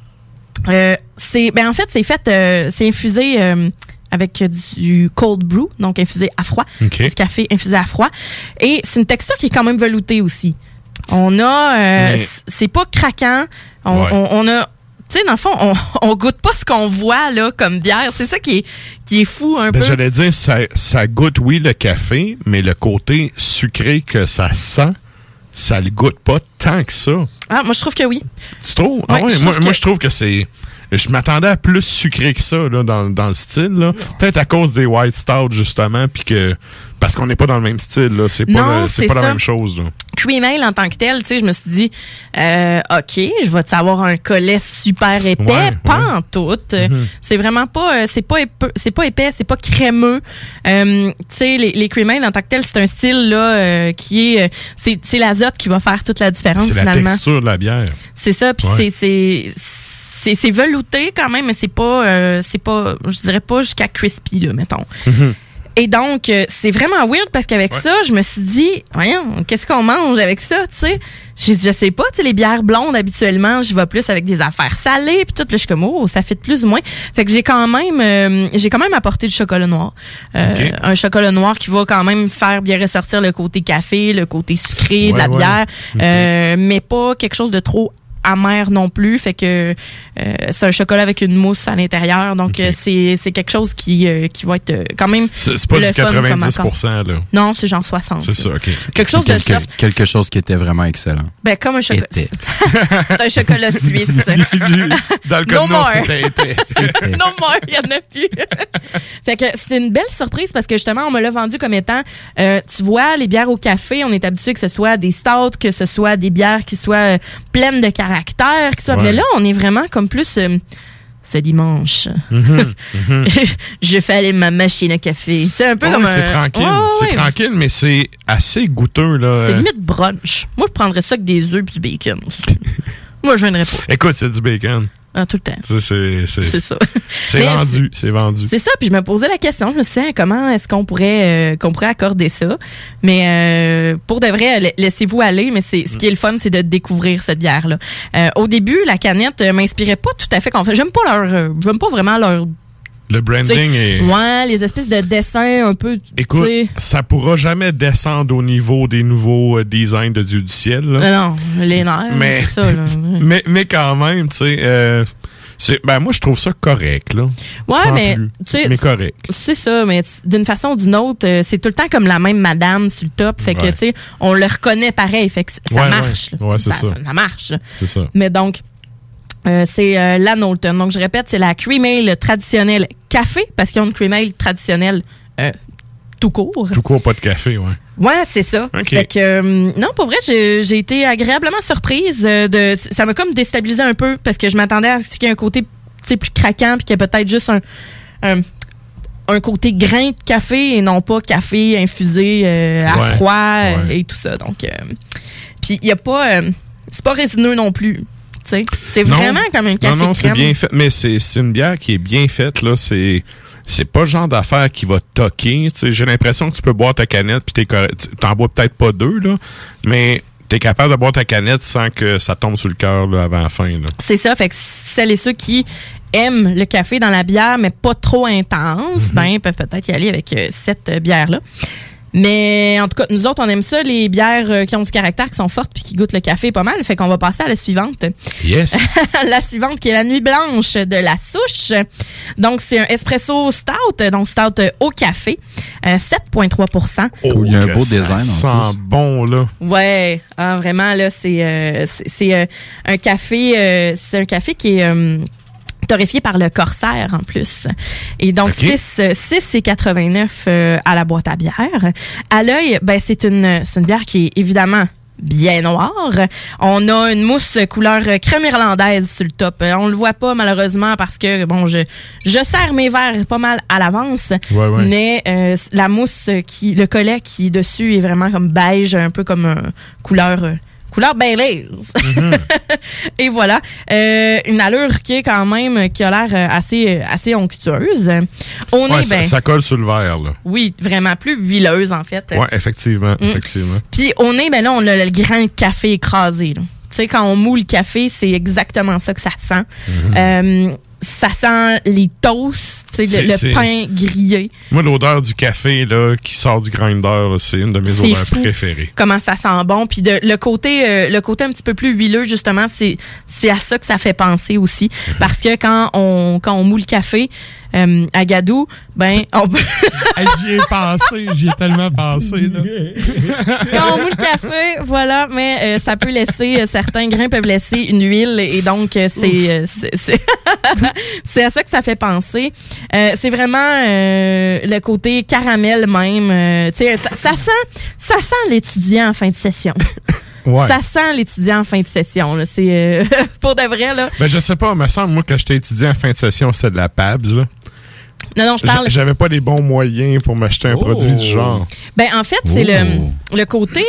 En fait, c'est infusé avec du cold brew, donc infusé à froid. Du café infusé à froid. Et c'est une texture qui est quand même veloutée aussi. On a... c'est pas craquant. On a... Tu sais, dans le fond, on goûte pas ce qu'on voit là comme bière. C'est ça qui est fou un peu. J'allais dire, ça goûte, oui, le café, mais le côté sucré que ça sent, ça le goûte pas tant que ça. Ah, moi, je trouve que oui. Tu trouves? Ouais, moi, je trouve que c'est... Je m'attendais à plus sucré que ça là, dans le style. Là. Peut-être à cause des White Stout, justement, puis que parce qu'on n'est pas dans le même style. Là. C'est pas la même chose. Là. Cream Ale en tant que tel, tu sais, je me suis dit, OK, je vais avoir un collet super épais, pas en tout. C'est vraiment pas, c'est pas épais, c'est pas crémeux. Tu sais, les Cream Ale en tant que tel, c'est un style là qui est, c'est l'azote qui va faire toute la différence finalement. C'est la texture de la bière. C'est ça, puis c'est velouté quand même, mais c'est pas, je dirais pas jusqu'à crispy, là, mettons. Et donc, c'est vraiment weird parce qu'avec ça, je me suis dit, voyons, qu'est-ce qu'on mange avec ça, tu sais? Je sais pas, tu sais, les bières blondes, habituellement, je vais plus avec des affaires salées, puis tout, là, je suis comme, oh, ça fit plus ou moins. Fait que j'ai quand même apporté du chocolat noir. Un chocolat noir qui va quand même faire bien ressortir le côté café, le côté sucré de la bière, mais pas quelque chose de trop amer non plus, fait que c'est un chocolat avec une mousse à l'intérieur, donc c'est quelque chose qui va être quand même c'est pas du 90%, là. Non, c'est genre 60. C'est ça, OK. Quelque chose de soft. Quelque chose qui était vraiment excellent. Ben, comme un chocolat. C'est un chocolat suisse. Dans le cas de non, c'était No more, il y en a plus. Fait que c'est une belle surprise parce que justement, on me l'a vendu comme étant, tu vois, les bières au café, on est habitué que ce soit des stouts, que ce soit des bières qui soient pleines de caractère, mais là, on est vraiment comme plus... c'est dimanche. Je fais aller ma machine à café. C'est un peu comme c'est tranquille. C'est tranquille, mais c'est assez goûteux, là. C'est limite brunch. Moi, je prendrais ça avec des œufs et du bacon. Moi, je viendrais pas. Écoute, c'est du bacon. Ah, tout le temps. C'est ça. C'est vendu. C'est vendu. C'est ça. Puis je me posais la question. Je me suis dit, comment est-ce qu'on pourrait accorder ça? Mais pour de vrai, laissez-vous aller. Mais ce qui est le fun, c'est de découvrir cette bière-là. Au début, la canette m'inspirait pas tout à fait. J'aime pas vraiment leur... Le branding est... Ouais, les espèces de dessins un peu... Écoute, ça pourra jamais descendre au niveau des nouveaux designs de Dieu du ciel. Là. Non, les nerfs, mais, c'est ça. Là. mais quand même, tu sais... Moi, je trouve ça correct, là. Ouais, Sans mais, plus. tu sais, Mais correct. C'est ça, mais d'une façon ou d'une autre, c'est tout le temps comme la même madame sur le top. Fait que, Ouais. tu sais, on le reconnaît pareil. Fait que ça Ouais, marche. ouais. Ouais, c'est ça. Ça marche. Là. C'est ça. Mais donc, c'est la Knowlton. Donc, je répète, c'est la cream ale traditionnelle café, parce qu'ils ont une cream ale traditionnelle tout court. Tout court, pas de café, ouais. Ouais, c'est ça. OK. Fait que, non, pour vrai, j'ai été agréablement surprise. Ça m'a comme déstabilisé un peu, parce que je m'attendais à ce qu'il y ait un côté plus craquant, puis qu'il y ait peut-être juste un côté grain de café et non pas café infusé à froid et tout ça. Donc, puis il y a pas... c'est pas résineux non plus. T'sais. C'est vraiment comme un café Non, c'est crème. bien fait. Mais c'est une bière qui est bien faite, là. C'est pas le genre d'affaire qui va toquer. T'sais. J'ai l'impression que tu peux boire ta canette puis t'en bois peut-être pas deux, là. Mais t'es capable de boire ta canette sans que ça tombe sur le cœur là, avant la fin, là. C'est ça. Fait que celles et ceux qui aiment le café dans la bière, mais pas trop intense, ben, peuvent peut-être y aller avec cette bière-là. Mais en tout cas, nous autres, on aime ça, les bières qui ont du caractère, qui sont fortes puis qui goûtent le café pas mal. Fait qu'on va passer à la suivante. Yes. La suivante qui est la Nuit Blanche de la Souche. Donc, c'est un espresso stout, donc stout au café, 7,3 %. Oh, il y a un beau design. Ça sent bon, là. Ouais, vraiment, là, c'est un café, qui est torréfié par le Corsair en plus. Et donc, 6,89 à la boîte à bière. À l'œil, ben, c'est une bière qui est évidemment bien noire. On a une mousse couleur crème irlandaise sur le top. On le voit pas malheureusement parce que, bon, je sers mes verres pas mal à l'avance. Ouais. Mais la mousse, le collet qui est dessus est vraiment comme beige, un peu comme couleur Baileys. Et voilà. Une allure qui a l'air assez onctueuse. Au nez, ça colle sur le verre, là. Oui, vraiment plus huileuse, en fait. Ouais, effectivement. Puis au nez, ben là, on a le grain de café écrasé, là. Tu sais, quand on moule le café, c'est exactement ça que ça sent. Ça sent les toasts, tu sais, le pain grillé. Moi, l'odeur du café là qui sort du grinder, là, c'est une de mes odeurs préférées. Comment ça sent bon. Puis le côté un petit peu plus huileux, justement, c'est à ça que ça fait penser aussi. Parce que quand on moule le café à Gadou, ben on peut... J'y ai tellement pensé. Là. Quand on moule le café, voilà, mais ça peut laisser, certains grains peuvent laisser une huile et donc c'est à ça que ça fait penser. C'est vraiment le côté caramel même. Tu sais, ça sent l'étudiant en fin de session. Ouais. Ça sent l'étudiant en fin de session. Là. C'est pour de vrai. Là. Ben, je sais pas, il me semble, moi, quand j'étais étudiant en fin de session, c'était de la PABS. Là. Non, je parle. J'avais pas les bons moyens pour m'acheter un produit du genre. Ben, en fait, c'est le côté.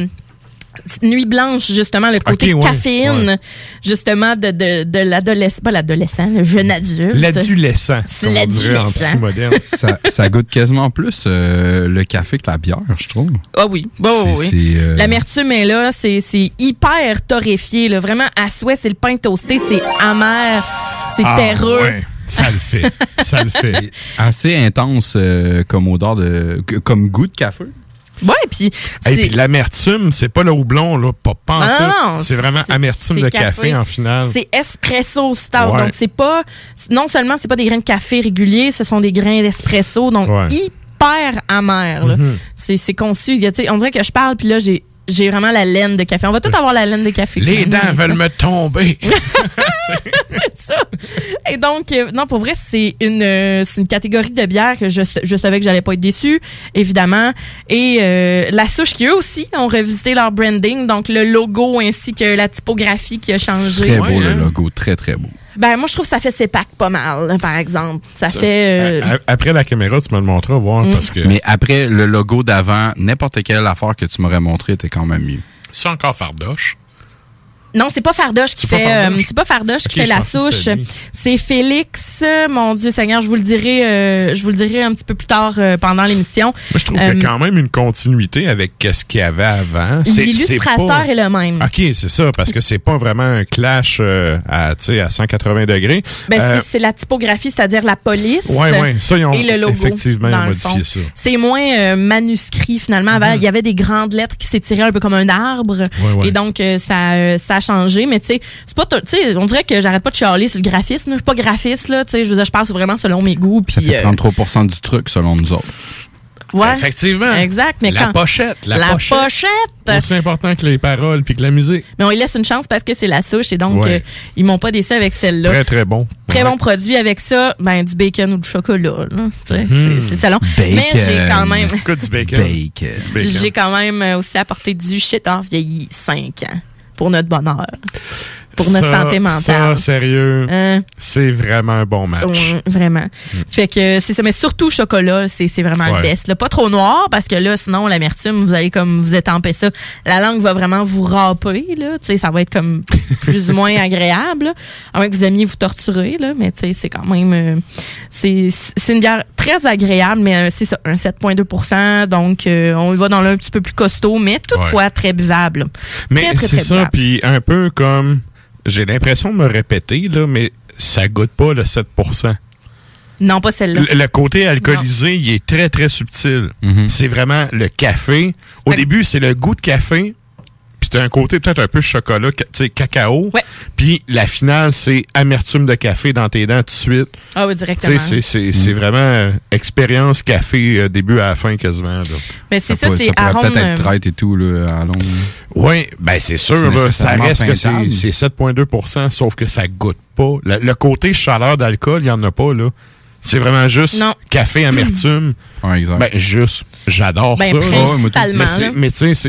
Nuit blanche, justement, le côté caféine, justement, de l'adolescent, pas l'adolescent, le jeune adulte. L'adolescent. C'est l'adolescent. Ça goûte quasiment plus le café que la bière, je trouve. Ah oui. Oui. L'amertume est là, c'est hyper torréfié, là. Vraiment, à souhait, c'est le pain toasté, c'est amer, c'est terreux. Ouais. Ça le fait. C'est assez intense comme odeur comme goût de café. Ouais, puis puis l'amertume, c'est pas le houblon là, pas non, c'est vraiment amertume de café en finale. C'est espresso stout, donc c'est pas non seulement c'est pas des grains de café réguliers, ce sont des grains d'espresso, donc hyper amer là. C'est conçu, tu sais, on dirait que je parle puis là j'ai vraiment la laine de café. On va tout avoir la laine de café. Les dents veulent me tomber. C'est ça. Et donc, non, pour vrai, c'est une catégorie de bière que je savais que j'allais pas être déçue, évidemment. Et la Souche, qui eux aussi ont revisité leur branding, donc le logo ainsi que la typographie qui a changé. Très beau le logo, très très beau. Ben, moi, je trouve que ça fait ses packs pas mal, là, par exemple. Ça fait... Après la caméra, tu me le montras, voir, parce que... Mais après, le logo d'avant, n'importe quelle affaire que tu m'aurais montré était quand même mieux. C'est encore fardoche? Non, c'est pas Fardoche qui fait qui fait la Souche. C'est Félix. Mon Dieu Seigneur, je vous le dirai un petit peu plus tard pendant l'émission. Moi, je trouve qu'il y a quand même une continuité avec ce qu'il y avait avant. L'illustrateur est le même. OK, c'est ça, parce que c'est pas vraiment un clash à 180 degrés. Ben, c'est la typographie, c'est-à-dire la police. Oui, ça, ils ont, et le logo. Effectivement, ils ont modifié ça. C'est moins manuscrit, finalement. Avant, il y avait des grandes lettres qui s'étiraient un peu comme un arbre. Et donc, ça a changer, mais tu sais, c'est pas, tu sais, on dirait que j'arrête pas de chialer sur le graphisme. Je suis pas graphiste, là, tu sais, je veux dire, je parle vraiment selon mes goûts. Ça fait 33% du truc, selon nous autres. Ouais. Effectivement. Exact, mais la pochette. Aussi important que les paroles puis que la musique. Mais on lui laisse une chance parce que c'est la souche et donc ils m'ont pas déçu avec celle-là. Très, très bon. Très bon produit avec ça, ben du bacon ou du chocolat. Là, c'est salon. Bacon. Mais j'ai quand même... du bacon. J'ai quand même aussi apporté du shit en vieilli 5 ans pour notre bonheur. Pour notre santé mentale. Ça, sérieux, c'est vraiment un bon match. Vraiment. Fait que c'est ça, mais surtout chocolat, c'est vraiment le best. Là, pas trop noir, parce que là, sinon, l'amertume, vous allez comme vous étamper ça. La langue va vraiment vous râper, là. Tu sais, ça va être comme plus ou moins agréable, là. À moins que vous aimiez vous torturer, là. Mais tu sais, c'est quand même... c'est une bière très agréable, mais c'est ça, un 7,2 %. Donc, on y va dans l'un petit peu plus costaud, mais toutefois très buvable. Là. Mais très, c'est ça, puis un peu comme... J'ai l'impression de me répéter, là, mais ça goûte pas le 7 %. Non, pas celle-là. Le côté alcoolisé, il est très, très subtil. C'est vraiment le café. Au début, c'est le goût de café, puis t'as un côté peut-être un peu chocolat, tu sais, cacao. Puis la finale, c'est amertume de café dans tes dents tout de suite. Ah oui, directement. C'est vraiment expérience café début à la fin quasiment. Là. Mais c'est ça, c'est arôme... arôme... peut-être être traite et tout, là, à long. Oui, ben c'est sûr, là, ça reste que c'est 7,2 %, sauf que ça goûte pas. Le côté chaleur d'alcool, il n'y en a pas, là. C'est vraiment juste café amertume. Exact. Ben, juste, j'adore ça. Principalement. Mais tu sais,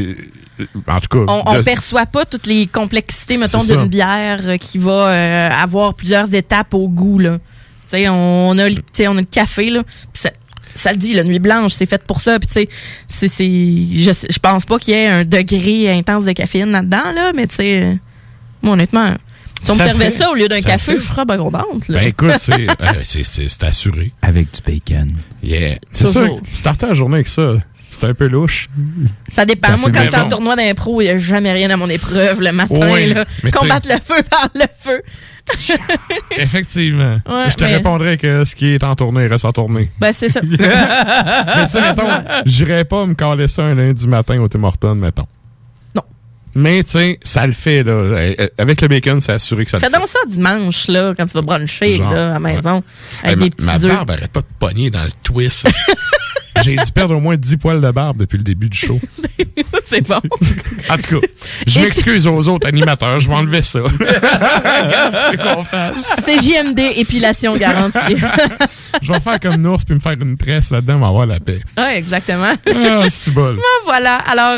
en tout cas... On perçoit pas toutes les complexités, mettons, d'une bière qui va avoir plusieurs étapes au goût, là. Tu sais, on a le café, là, ça le dit, la nuit blanche, c'est fait pour ça. Puis tu sais, je pense pas qu'il y ait un degré intense de caféine là-dedans, là, mais tu sais, moi, honnêtement, si on me servait ça au lieu d'un café, je serais bien contente. Là. Ben écoute, c'est assuré. Avec du bacon. Yeah. C'est sûr, starter la journée avec ça, c'est un peu louche. Ça dépend. Moi, quand j'étais en tournoi d'impro, il n'y a jamais rien à mon épreuve le matin. Là. Combattre le feu par le feu. Effectivement. Je te répondrais que ce qui est en tournée reste en tournée. Ben, c'est ça. Mais tu sais, mettons, j'irais pas me caler ça un lundi matin au Tim Hortons, mettons. Non. Mais, tu sais, ça le fait, là. Avec le bacon, c'est assuré que ça le fait. Fais donc ça dimanche, là, quand tu vas bruncher, là, à la maison. Avec des petits œufs. Ma barbe arrête pas de pogner dans le twist. J'ai dû perdre au moins 10 poils de barbe depuis le début du show. C'est bon. En tout cas, je m'excuse aux autres animateurs, je vais enlever ça. C'est qu'on fasse. C'est JMD, épilation garantie. Je vais faire comme Nours puis me faire une tresse là-dedans, on va avoir la paix. Oui, exactement. Ah, c'est bon. Voilà. Alors,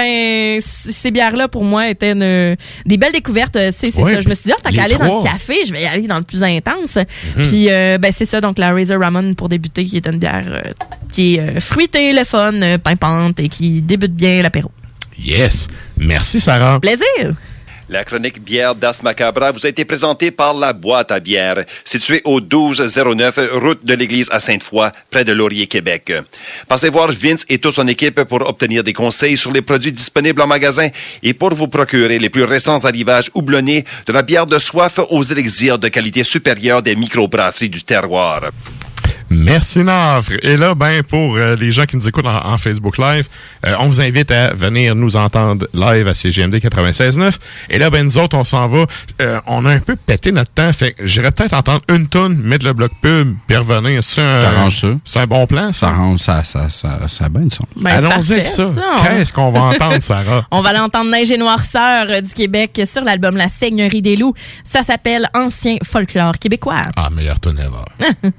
ces bières-là, pour moi, étaient des belles découvertes. C'est ça. Je me suis dit, tant qu'à aller dans le café, je vais y aller dans le plus intense. Puis, c'est ça. Donc, la Razor Ramon, pour débuter, qui est une bière qui est fruitée, le fun, pimpante et qui débute bien l'apéro. Yes. Merci, Sarah. Plaisir. La chronique bière d'As Macabra vous a été présentée par La Boîte à bière, située au 1209 route de l'église à Sainte-Foy, près de Laurier, Québec. Passez voir Vince et toute son équipe pour obtenir des conseils sur les produits disponibles en magasin et pour vous procurer les plus récents arrivages houblonnés de la bière de soif aux élixirs de qualité supérieure des microbrasseries du terroir. Merci, Nafre. Et là, pour les gens qui nous écoutent en Facebook Live, on vous invite à venir nous entendre live à CGMD 96.9. Et là, nous autres, on s'en va. On a un peu pété notre temps. Fait que j'irais peut-être entendre une tonne, mettre le bloc pub, puis revenir. C'est un bon plan, ça? Ça a bien du son. Allons-y avec ça. Qu'est-ce qu'on va entendre, Sarah? On va l'entendre Neige et Noirceur du Québec sur l'album La Seigneurie des Loups. Ça s'appelle Ancien folklore québécois. Ah, meilleur tonne ever.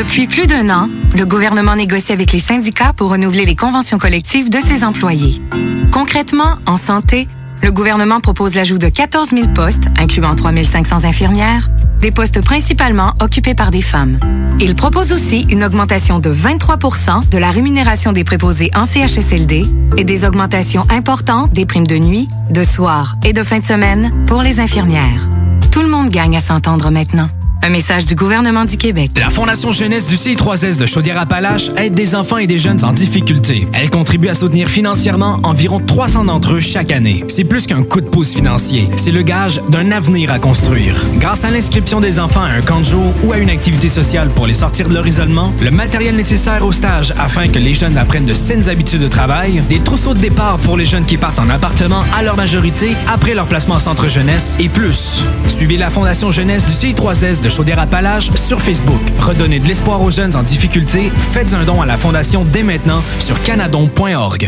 Depuis plus d'1 an, le gouvernement négocie avec les syndicats pour renouveler les conventions collectives de ses employés. Concrètement, en santé, le gouvernement propose l'ajout de 14 000 postes, incluant 3 500 infirmières, des postes principalement occupés par des femmes. Il propose aussi une augmentation de 23 % de la rémunération des préposés en CHSLD et des augmentations importantes des primes de nuit, de soir et de fin de semaine pour les infirmières. Tout le monde gagne à s'entendre maintenant. Un message du gouvernement du Québec. La Fondation Jeunesse du CI3S de Chaudière-Appalaches aide des enfants et des jeunes en difficulté. Elle contribue à soutenir financièrement environ 300 d'entre eux chaque année. C'est plus qu'un coup de pouce financier. C'est le gage d'un avenir à construire. Grâce à l'inscription des enfants à un camp de jour ou à une activité sociale pour les sortir de leur isolement, le matériel nécessaire au stage afin que les jeunes apprennent de saines habitudes de travail, des trousseaux de départ pour les jeunes qui partent en appartement à leur majorité après leur placement en centre jeunesse et plus. Suivez la Fondation Jeunesse du CI3S de Chaudière-Appalaches sur Facebook. Redonnez de l'espoir aux jeunes en difficulté. Faites un don à la Fondation dès maintenant sur canadon.org.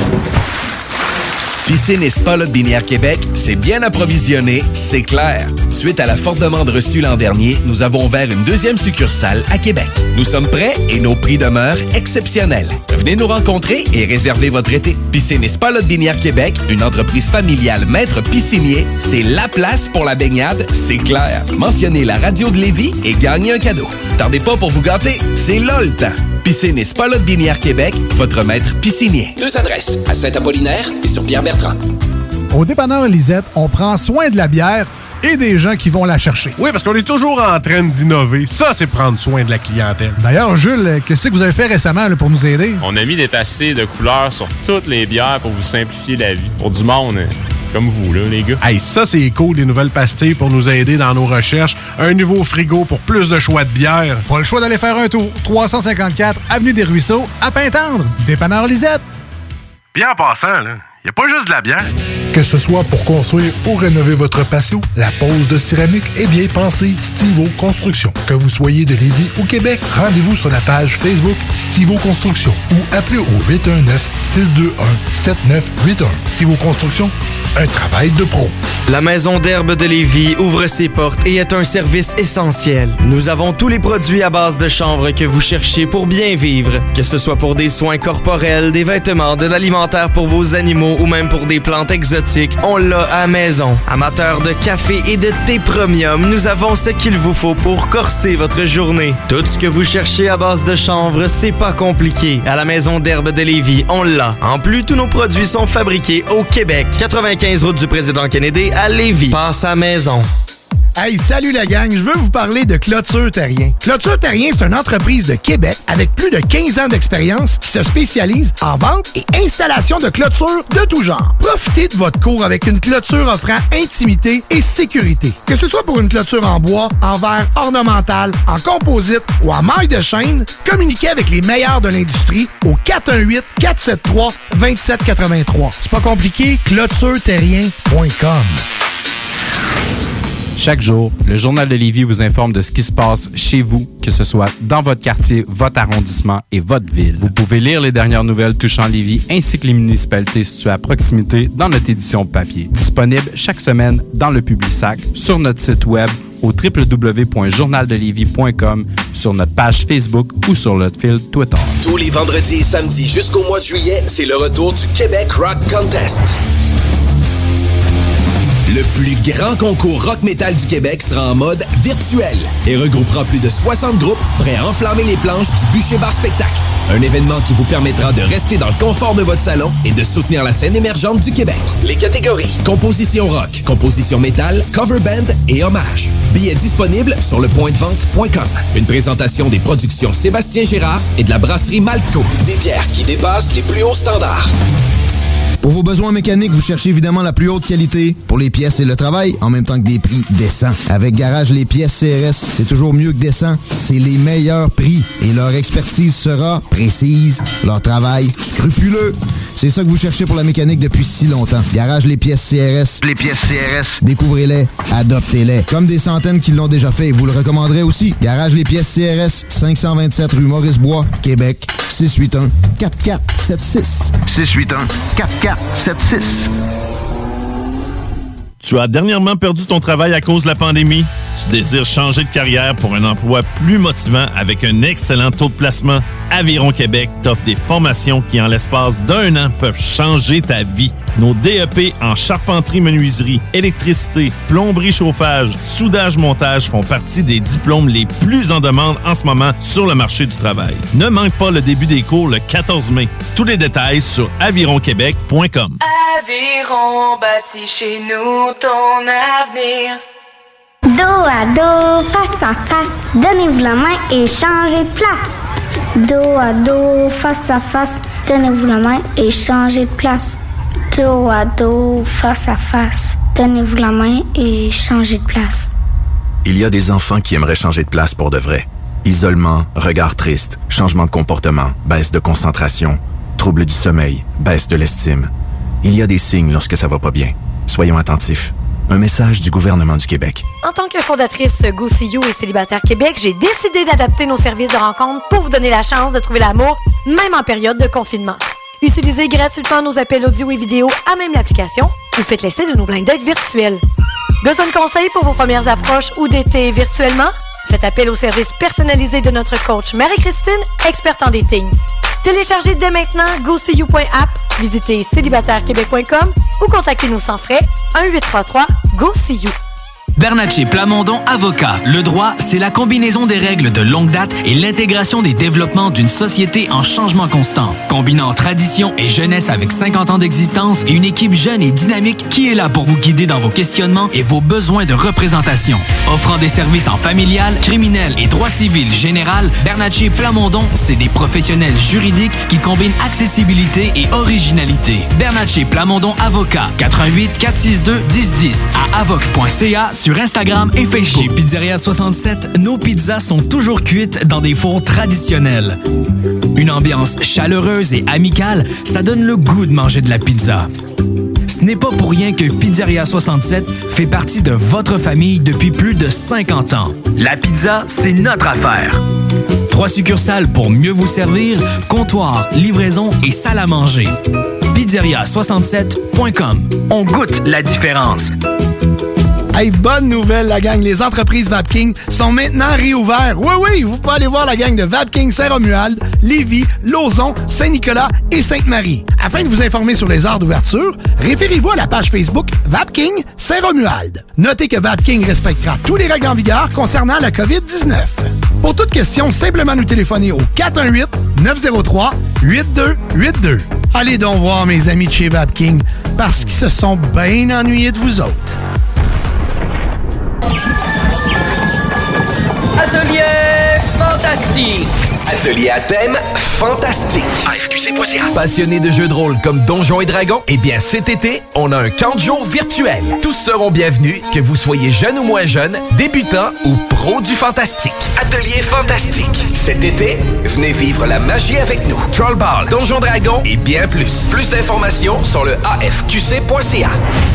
Piscine et Spa Binière Québec, c'est bien approvisionné, c'est clair. Suite à la forte demande reçue l'an dernier, nous avons ouvert une deuxième succursale à Québec. Nous sommes prêts et nos prix demeurent exceptionnels. Venez nous rencontrer et réserver votre été. Piscine et Spa Binière Québec, une entreprise familiale maître piscinier, c'est la place pour la baignade, c'est clair. Mentionnez la radio de Lévis et gagnez un cadeau. Tardez pas pour vous gâter, c'est là le temps. Piscine et Spa Binière Québec, votre maître piscinier. 2 adresses, à Saint-Apollinaire et sur Pierre-Bertrand. Au dépanneur Lisette, on prend soin de la bière et des gens qui vont la chercher. Oui, parce qu'on est toujours en train d'innover. Ça, c'est prendre soin de la clientèle. D'ailleurs, Jules, qu'est-ce que vous avez fait récemment là, pour nous aider? On a mis des tassés de couleurs sur toutes les bières pour vous simplifier la vie. Pour du monde comme vous, là, les gars. Hey, ça, c'est cool, des nouvelles pastilles pour nous aider dans nos recherches. Un nouveau frigo pour plus de choix de bière. Pas le choix d'aller faire un tour. 354 Avenue des Ruisseaux, à Pintendre. Dépanneur Lisette. Bien en passant, là, y a pas juste de la bière. Que ce soit pour construire ou rénover votre patio, la pose de céramique est bien pensée Stivo Construction. Que vous soyez de Lévis ou Québec, rendez-vous sur la page Facebook Stivo Construction ou appelez au 819-621-7981. Stivo Construction, un travail de pro. La Maison d'herbe de Lévis ouvre ses portes et est un service essentiel. Nous avons tous les produits à base de chanvre que vous cherchez pour bien vivre. Que ce soit pour des soins corporels, des vêtements, de l'alimentaire pour vos animaux ou même pour des plantes exotiques, on l'a à la maison. Amateurs de café et de thé premium, nous avons ce qu'il vous faut pour corser votre journée. Tout ce que vous cherchez à base de chanvre, c'est pas compliqué. À la Maison d'herbe de Lévis, on l'a. En plus, tous nos produits sont fabriqués au Québec. 95 route du Président Kennedy à Lévis. Passe à la maison. Hey, salut la gang, je veux vous parler de Clôture Terrien. Clôture Terrien, c'est une entreprise de Québec avec plus de 15 ans d'expérience qui se spécialise en vente et installation de clôtures de tout genre. Profitez de votre cour avec une clôture offrant intimité et sécurité. Que ce soit pour une clôture en bois, en verre ornemental, en composite ou en maille de chaîne, communiquez avec les meilleurs de l'industrie au 418-473-2783. C'est pas compliqué, clôtureterrien.com. Chaque jour, le Journal de Lévis vous informe de ce qui se passe chez vous, que ce soit dans votre quartier, votre arrondissement et votre ville. Vous pouvez lire les dernières nouvelles touchant Lévis ainsi que les municipalités situées à proximité dans notre édition papier. Disponible chaque semaine dans le Publisac, sur notre site web au www.journaldelévis.com, sur notre page Facebook ou sur notre fil Twitter. Tous les vendredis et samedis jusqu'au mois de juillet, c'est le retour du Québec Rock Contest. Le plus grand concours rock metal du Québec sera en mode virtuel et regroupera plus de 60 groupes prêts à enflammer les planches du Bûcher Bar Spectacle. Un événement qui vous permettra de rester dans le confort de votre salon et de soutenir la scène émergente du Québec. Les catégories: composition rock, composition métal, cover band et hommage. Billets disponibles sur lepointdevente.com. Une présentation des productions Sébastien Gérard et de la brasserie Maltco. Des bières qui dépassent les plus hauts standards. Pour vos besoins mécaniques, vous cherchez évidemment la plus haute qualité pour les pièces et le travail, en même temps que des prix décents. Avec Garage Les Pièces CRS, c'est toujours mieux que décent. C'est les meilleurs prix et leur expertise sera précise, leur travail scrupuleux. C'est ça que vous cherchez pour la mécanique depuis si longtemps. Garage Les Pièces CRS. Les pièces CRS. Découvrez-les, adoptez-les. Comme des centaines qui l'ont déjà fait, vous le recommanderez aussi. Garage Les Pièces CRS, 527 rue Maurice-Bois, Québec, 681-4476. 681-4476. Tu as dernièrement perdu ton travail à cause de la pandémie? Tu désires changer de carrière pour un emploi plus motivant avec un excellent taux de placement? Aviron Québec t'offre des formations qui, en l'espace d'1 an, peuvent changer ta vie. Nos DEP en charpenterie-menuiserie, électricité, plomberie-chauffage, soudage-montage font partie des diplômes les plus en demande en ce moment sur le marché du travail. Ne manque pas le début des cours le 14 mai. Tous les détails sur avironquebec.com. Aviron bâtit chez nous ton avenir. Dos à dos, face à face, donnez-vous la main et changez de place. Dos à dos, face à face, donnez-vous la main et changez de place. Dos à dos, face à face, donnez-vous la main et changez de place. Il y a des enfants qui aimeraient changer de place pour de vrai. Isolement, regard triste, changement de comportement, baisse de concentration, troubles du sommeil, baisse de l'estime. Il y a des signes lorsque ça va pas bien. Soyons attentifs. Un message du gouvernement du Québec. En tant que fondatrice Go See You et Célibataire Québec, j'ai décidé d'adapter nos services de rencontre pour vous donner la chance de trouver l'amour, même en période de confinement. Utilisez gratuitement nos appels audio et vidéo à même l'application ou faites l'essai de nos blind dates virtuels. Besoin de conseils pour vos premières approches ou d'été virtuellement? Faites appel au service personnalisé de notre coach Marie-Christine, experte en dating. Téléchargez dès maintenant GoSeeYou.app, visitez célibatairequebec.com ou contactez-nous sans frais 1-833-GO-SEE-YOU. Bernatchez Plamondon Avocat. Le droit, c'est la combinaison des règles de longue date et l'intégration des développements d'une société en changement constant. Combinant tradition et jeunesse avec 50 ans d'existence et une équipe jeune et dynamique qui est là pour vous guider dans vos questionnements et vos besoins de représentation. Offrant des services en familial, criminel et droit civil général, Bernatchez Plamondon, c'est des professionnels juridiques qui combinent accessibilité et originalité. Bernatchez Plamondon Avocat. 88-462-1010 à avoc.ca sur Instagram et Facebook. Chez Pizzeria 67, nos pizzas sont toujours cuites dans des fours traditionnels. Une ambiance chaleureuse et amicale, ça donne le goût de manger de la pizza. Ce n'est pas pour rien que Pizzeria 67 fait partie de votre famille depuis plus de 50 ans. La pizza, c'est notre affaire. 3 succursales pour mieux vous servir, comptoir, livraison et salle à manger. Pizzeria67.com. On goûte la différence. Hey, bonne nouvelle, la gang. Les entreprises Vapking sont maintenant réouvertes. Oui, vous pouvez aller voir la gang de Vapking Saint-Romuald, Lévis, Lauson, Saint-Nicolas et Sainte-Marie. Afin de vous informer sur les heures d'ouverture, référez-vous à la page Facebook Vapking Saint-Romuald. Notez que Vapking respectera tous les règles en vigueur concernant la COVID-19. Pour toute question, simplement nous téléphoner au 418-903-8282. Allez donc voir mes amis de chez Vapking, parce qu'ils se sont bien ennuyés de vous autres. Atelier fantastique. Atelier à thème fantastique. AFQC.ca. Passionné de jeux de rôle comme Donjons et Dragons? Eh bien, cet été, on a un camp de jour virtuel. Tous seront bienvenus, que vous soyez jeune ou moins jeune, débutant ou pro du fantastique. Atelier fantastique. Cet été, venez vivre la magie avec nous. Trollball, Donjons Dragons et bien plus. Plus d'informations sur le AFQC.ca.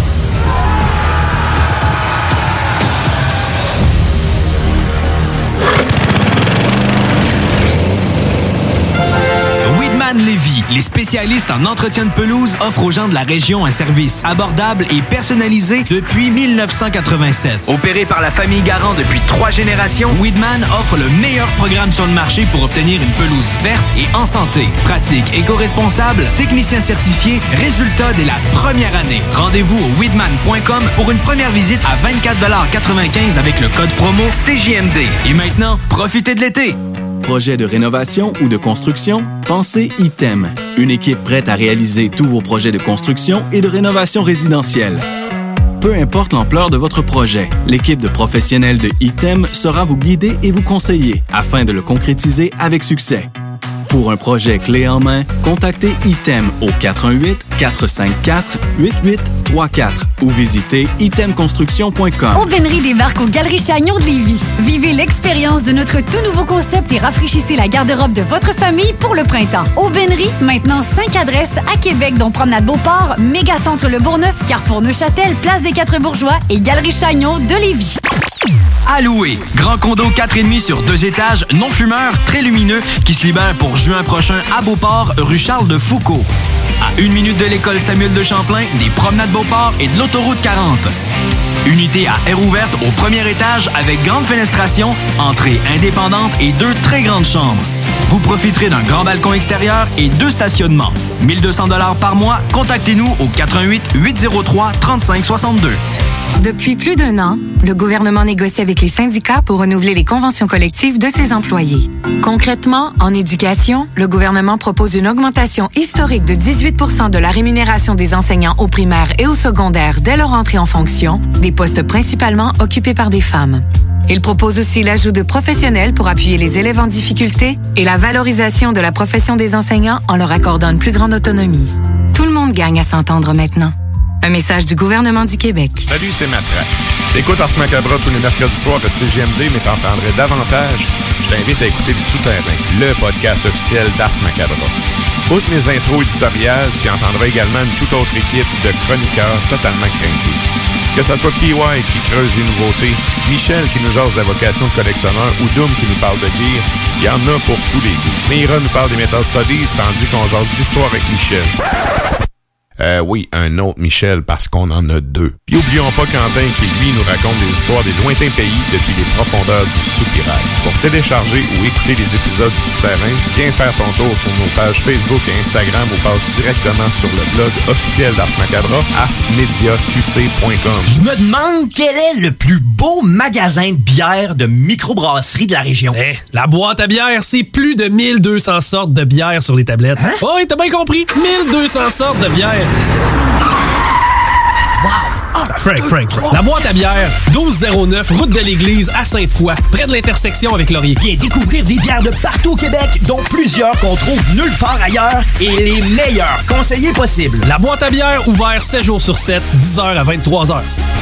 Lévis, les spécialistes en entretien de pelouse offrent aux gens de la région un service abordable et personnalisé depuis 1987. Opéré par la famille Garand depuis 3 générations, Weedman offre le meilleur programme sur le marché pour obtenir une pelouse verte et en santé. Pratique éco-responsable, technicien certifié, résultat dès la première année. Rendez-vous au weedman.com pour une première visite à 24,95 avec le code promo CJMD. Et maintenant, profitez de l'été! Projet de rénovation ou de construction? Pensez ITEM. Une équipe prête à réaliser tous vos projets de construction et de rénovation résidentielle. Peu importe l'ampleur de votre projet, l'équipe de professionnels de ITEM saura vous guider et vous conseiller afin de le concrétiser avec succès. Pour un projet clé en main, contactez ITEM au 418-454-8834 ou visitez itemconstruction.com. Aubainerie débarque aux Galeries Chagnon de Lévis. Vivez l'expérience de notre tout nouveau concept et rafraîchissez la garde-robe de votre famille pour le printemps. Aubainerie, maintenant 5 adresses à Québec, dont Promenade Beauport, Mégacentre Le Bourgneuf, Carrefour Neuchâtel, Place des 4 Bourgeois et Galerie Chagnon de Lévis. À louer. Grand condo 4,5 sur 2 étages, non fumeur, très lumineux, qui se libère pour juin prochain à Beauport, rue Charles de Foucault. à 1 minute de l'école Samuel de Champlain, des promenades Beauport et de l'autoroute 40. Unité à air ouverte au premier étage avec grande fenestration, entrée indépendante et 2 très grandes chambres. Vous profiterez d'un grand balcon extérieur et 2 stationnements. 1 200 $ par mois. Contactez-nous au 88 803 35 62. Depuis plus d'1 an, le gouvernement négocie avec les syndicats pour renouveler les conventions collectives de ses employés. Concrètement, en éducation, le gouvernement propose une augmentation historique de 18 % de la rémunération des enseignants au primaire et au secondaire dès leur entrée en fonction, des postes principalement occupés par des femmes. Il propose aussi l'ajout de professionnels pour appuyer les élèves en difficulté et la valorisation de la profession des enseignants en leur accordant une plus grande autonomie. Tout le monde gagne à s'entendre maintenant. Un message du gouvernement du Québec. Salut, c'est Matra. T'écoutes Ars Macabra tous les mercredis soirs à CGMD, mais t'entendrais davantage. Je t'invite à écouter Le Souterrain, le podcast officiel d'Ars Macabra. Outre mes intros éditoriales, tu entendras également une toute autre équipe de chroniqueurs totalement crinqués. Que ça soit PY qui creuse les nouveautés, Michel qui nous jase de la vocation de collectionneur ou Doom qui nous parle de gear, il y en a pour tous les goûts. Mira nous parle des Metal Studies, tandis qu'on jase d'histoire avec Michel. Oui, un autre Michel, parce qu'on en a 2. Puis oublions pas Quentin qui, lui, nous raconte des histoires des lointains pays depuis les profondeurs du soupirail. Pour télécharger ou écouter les épisodes du Souterrain, viens faire ton tour sur nos pages Facebook et Instagram ou passe directement sur le blog officiel d'Ars Macabra, arsmediaqc.com. Je me demande quel est le plus beau magasin de bière de microbrasserie de la région. La boîte à bière, c'est plus de 1200 sortes de bière sur les tablettes. Hein? Oh, t'as bien compris, 1200 sortes de bière. Wow! Frank. La boîte à bière, 1209, route de l'église à Sainte-Foy, près de l'intersection avec Laurier. Viens découvrir des bières de partout au Québec, dont plusieurs qu'on trouve nulle part ailleurs et les meilleurs conseillers possibles. La boîte à bière, ouvert 7 jours sur 7, 10h à 23h.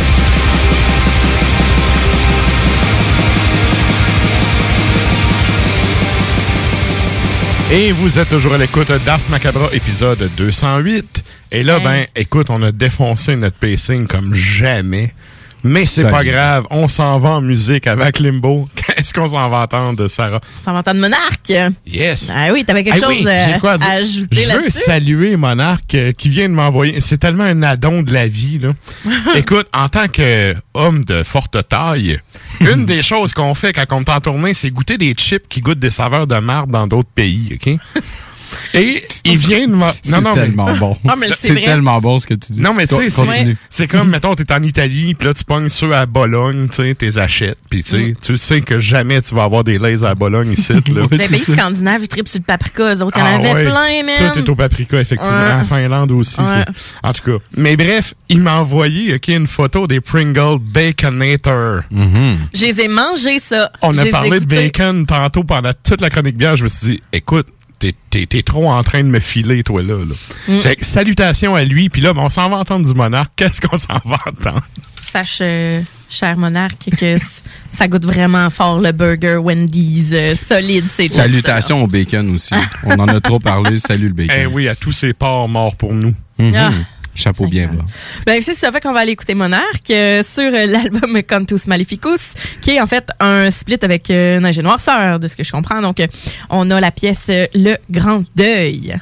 Et vous êtes toujours à l'écoute d'Ars Macabra, épisode 208. Et là, écoute, on a défoncé notre pacing comme jamais. Mais c'est pas grave, on s'en va en musique avec Limbo. Qu'est-ce qu'on s'en va entendre, Sarah? On s'en va entendre Monarque. Yes. Ah oui, t'avais quelque chose à ajouter là-dessus? Je veux saluer Monarque qui vient de m'envoyer. C'est tellement un addon de la vie, là. Écoute, en tant qu'homme de forte taille, une des choses qu'on fait quand on est en tournée, c'est goûter des chips qui goûtent des saveurs de marde dans d'autres pays, OK? Et il vient de C'est tellement bon. Non, mais c'est tellement bon ce que tu dis. Non, mais tu sais, c'est comme, mettons, t'es en Italie, puis là, tu pognes ceux à Bologne, tu sais, t'es achètes, puis tu sais que jamais tu vas avoir des lays à Bologne ici, là. Les pays scandinaves, ils trippent sur le paprika, eux autres, il y en avait plein, même. Tout est au paprika, effectivement. En Finlande aussi. En tout cas. Mais bref, il m'a envoyé, une photo des Pringles Baconator. Je les ai mangés, ça. On a parlé de bacon tantôt pendant toute la chronique bière. Je me suis dit, écoute, t'es trop en train de me filer, toi, là. Fait que, salutations à lui. Puis là, on s'en va entendre du Monarque. Qu'est-ce qu'on s'en va entendre? Sache, cher Monarque, que ça goûte vraiment fort le burger Wendy's solide. C'est salutations au bacon aussi. On en a trop parlé. Salut le bacon. Eh oui, à tous ces porcs morts pour nous. Chapeau bien bas. Ben, c'est ça fait qu'on va aller écouter Monarque sur l'album Cantus Maleficus, qui est en fait un split avec Neige et Noirceur, de ce que je comprends. Donc, on a la pièce Le Grand Deuil.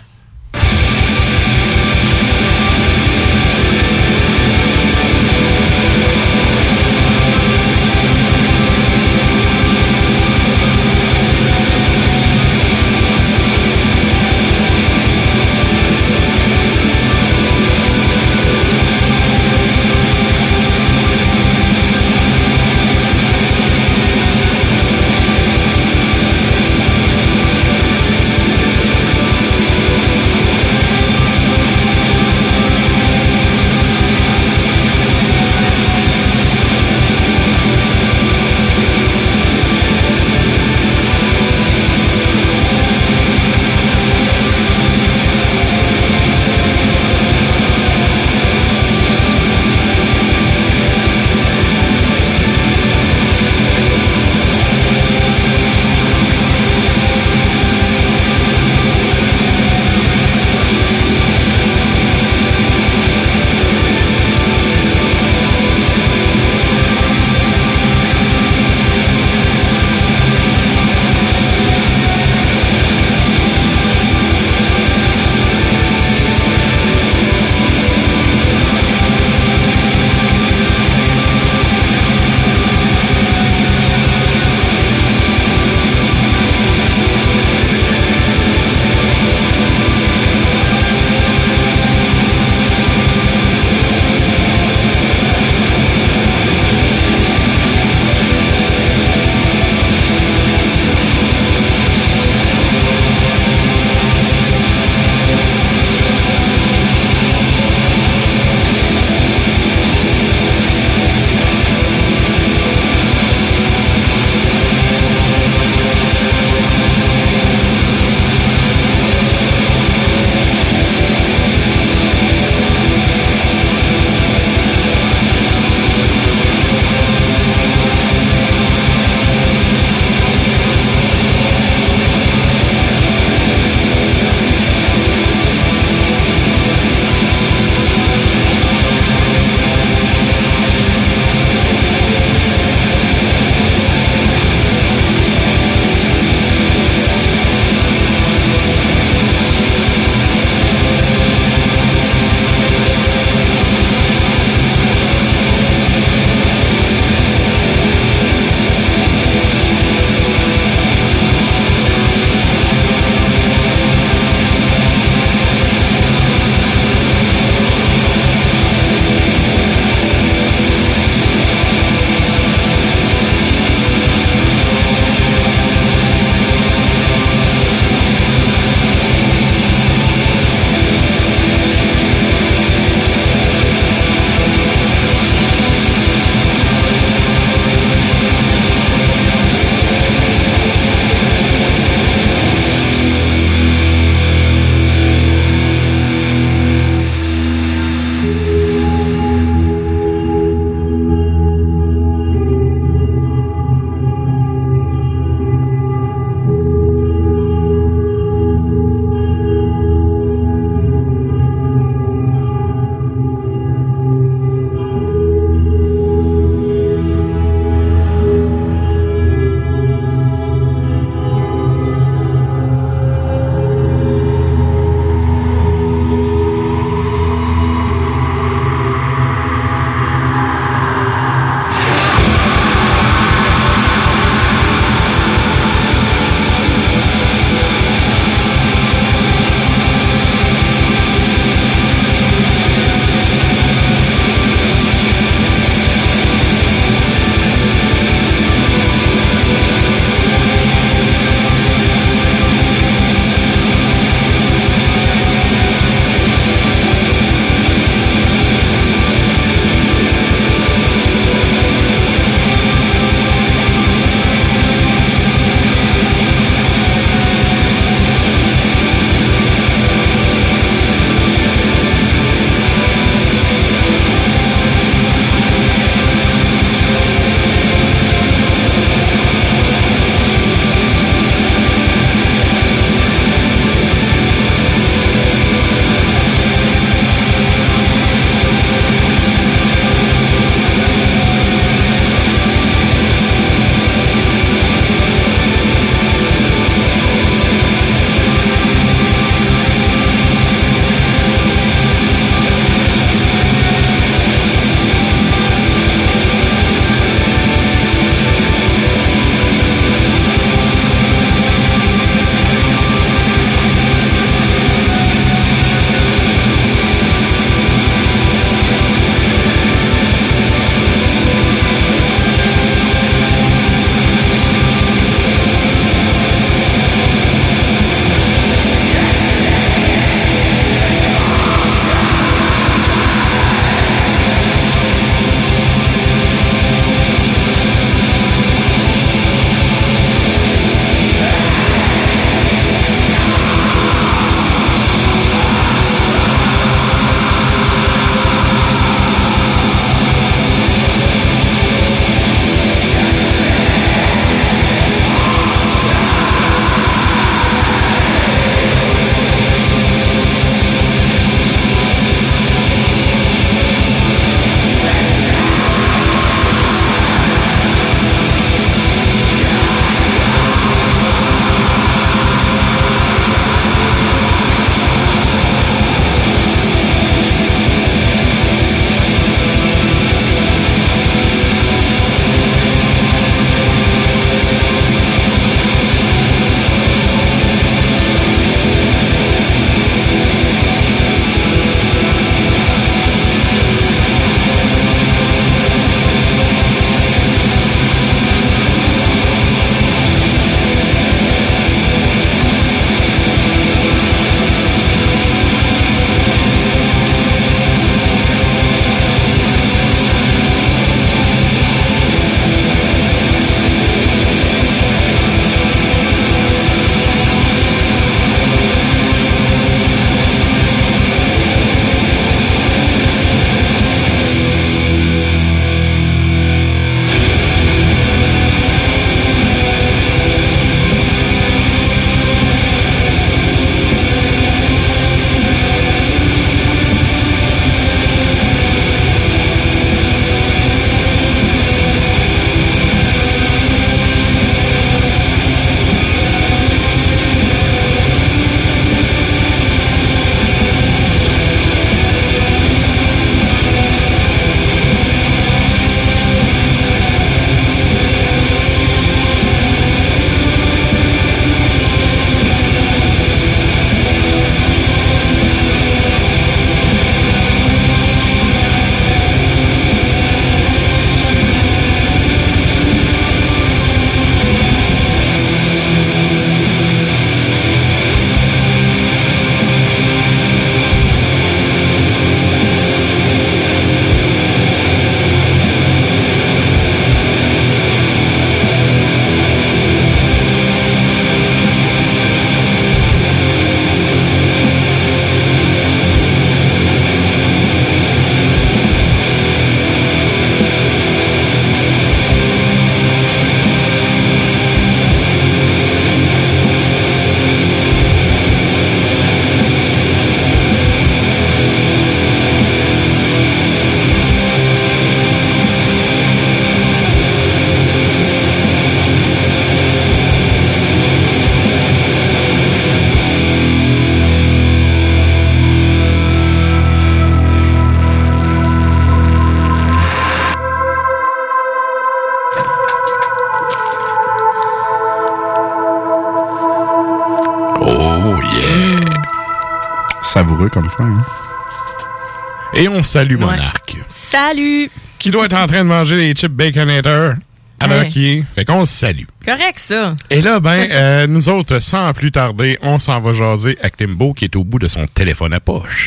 savoureux comme fin. Hein? Et on salue Monarque. Salut! Qui doit être en train de manger des chips Baconator à l'heure qui est. Fait qu'on se salue. Correct, ça. Et là, nous autres, sans plus tarder, on s'en va jaser à Klimbo qui est au bout de son téléphone à poche.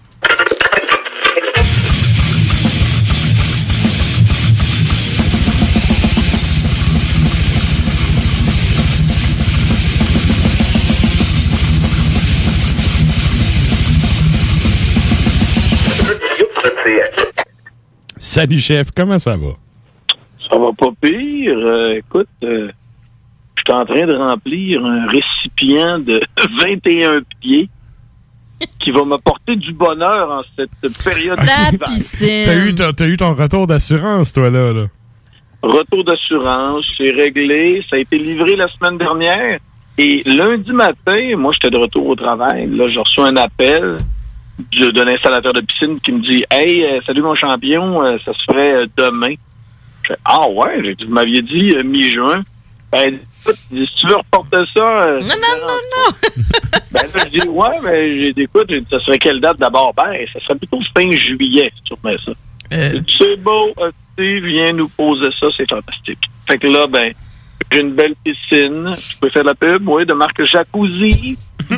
Salut, chef. Comment ça va? Ça va pas pire. Écoute, je suis en train de remplir un récipient de 21 pieds qui va m'apporter du bonheur en cette période d'hiver. T'as eu ton retour d'assurance, toi, là. Retour d'assurance, c'est réglé. Ça a été livré la semaine dernière. Et lundi matin, moi, j'étais de retour au travail. Là, j'ai reçu un appel de l'installateur de piscine qui me dit « Hey, salut mon champion, ça se ferait demain. » Je fais « Ah ouais? » Vous m'aviez dit mi-juin. Ben, écoute, si tu veux reporter ça... non. Ben là, je dis « Ouais, mais écoute, ça serait quelle date d'abord? » Ben, ça serait plutôt fin juillet, si tu remets ça. C'est beau, tu viens nous poser ça, c'est fantastique. Fait que là, ben, j'ai une belle piscine. Je peux faire la pub, oui, de marque Jacuzzi.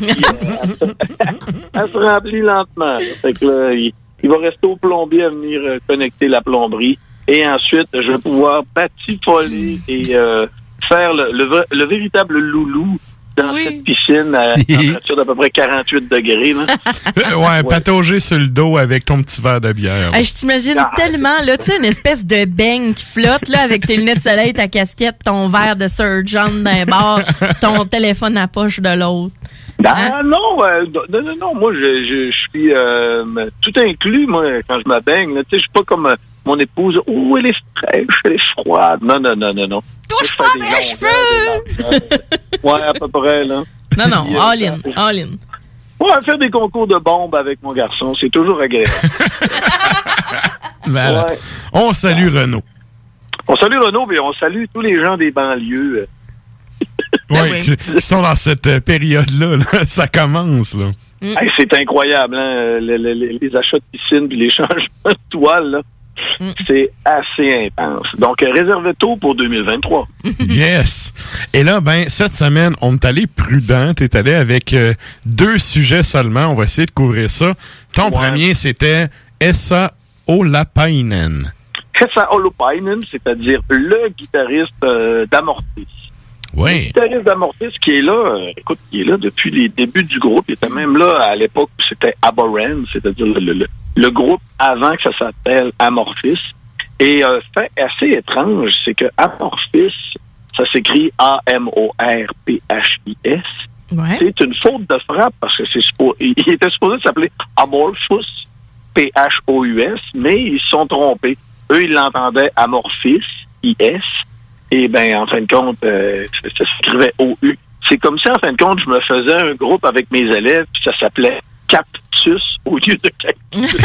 Elle se remplit lentement. Là. Fait que là, il va rester au plombier à venir connecter la plomberie. Et ensuite, je vais pouvoir batifoler et faire le véritable loulou dans cette piscine à température d'à peu près 48 degrés. Ouais, patauger sur le dos avec ton petit verre de bière. Je t'imagine tellement, là, tu sais, une espèce de beigne qui flotte, là, avec tes lunettes de soleil, ta casquette, ton verre de Sir John d'un bord, ton téléphone à poche de l'autre. Non, moi, je suis tout inclus, moi, quand je me baigne. Tu sais, je suis pas comme mon épouse. Oh, elle est fraîche, elle est froide. Non. Touche pas mes cheveux! Ouais, à peu près, là. Non, all in. Ouais, faire des concours de bombes avec mon garçon, c'est toujours agréable. Voilà. Ouais. On salue Renaud. On salue Renaud, mais on salue tous les gens des banlieues. Oui, qui sont dans cette période-là. Là. Ça commence, là. Hey, c'est incroyable, hein? Les achats de piscine puis les changements de toile, là. C'est assez intense. Donc, réservez tôt pour 2023. Yes! Et là, cette semaine, on est allé prudent. T'es allé avec 2 sujets seulement. On va essayer de couvrir ça. Ton premier, c'était Esa Holopainen. Esa Holopainen, c'est-à-dire le guitariste d'Amorphis. Oui. Le guitariste d'Amorphis qui est là, qui est là depuis les débuts du groupe. Il était même là à l'époque où c'était Abhorrent, c'est-à-dire le groupe avant que ça s'appelle Amorphis. Et fait assez étrange, c'est que Amorphis, ça s'écrit Amorphis. Ouais. C'est une faute de frappe parce que il était supposé s'appeler Amorphous, Phous, mais ils se sont trompés. Eux, ils l'entendaient Amorphis, IS. Et en fin de compte, ça s'écrivait OU. C'est comme si, en fin de compte, je me faisais un groupe avec mes élèves, puis ça s'appelait Cactus au lieu de Cactus.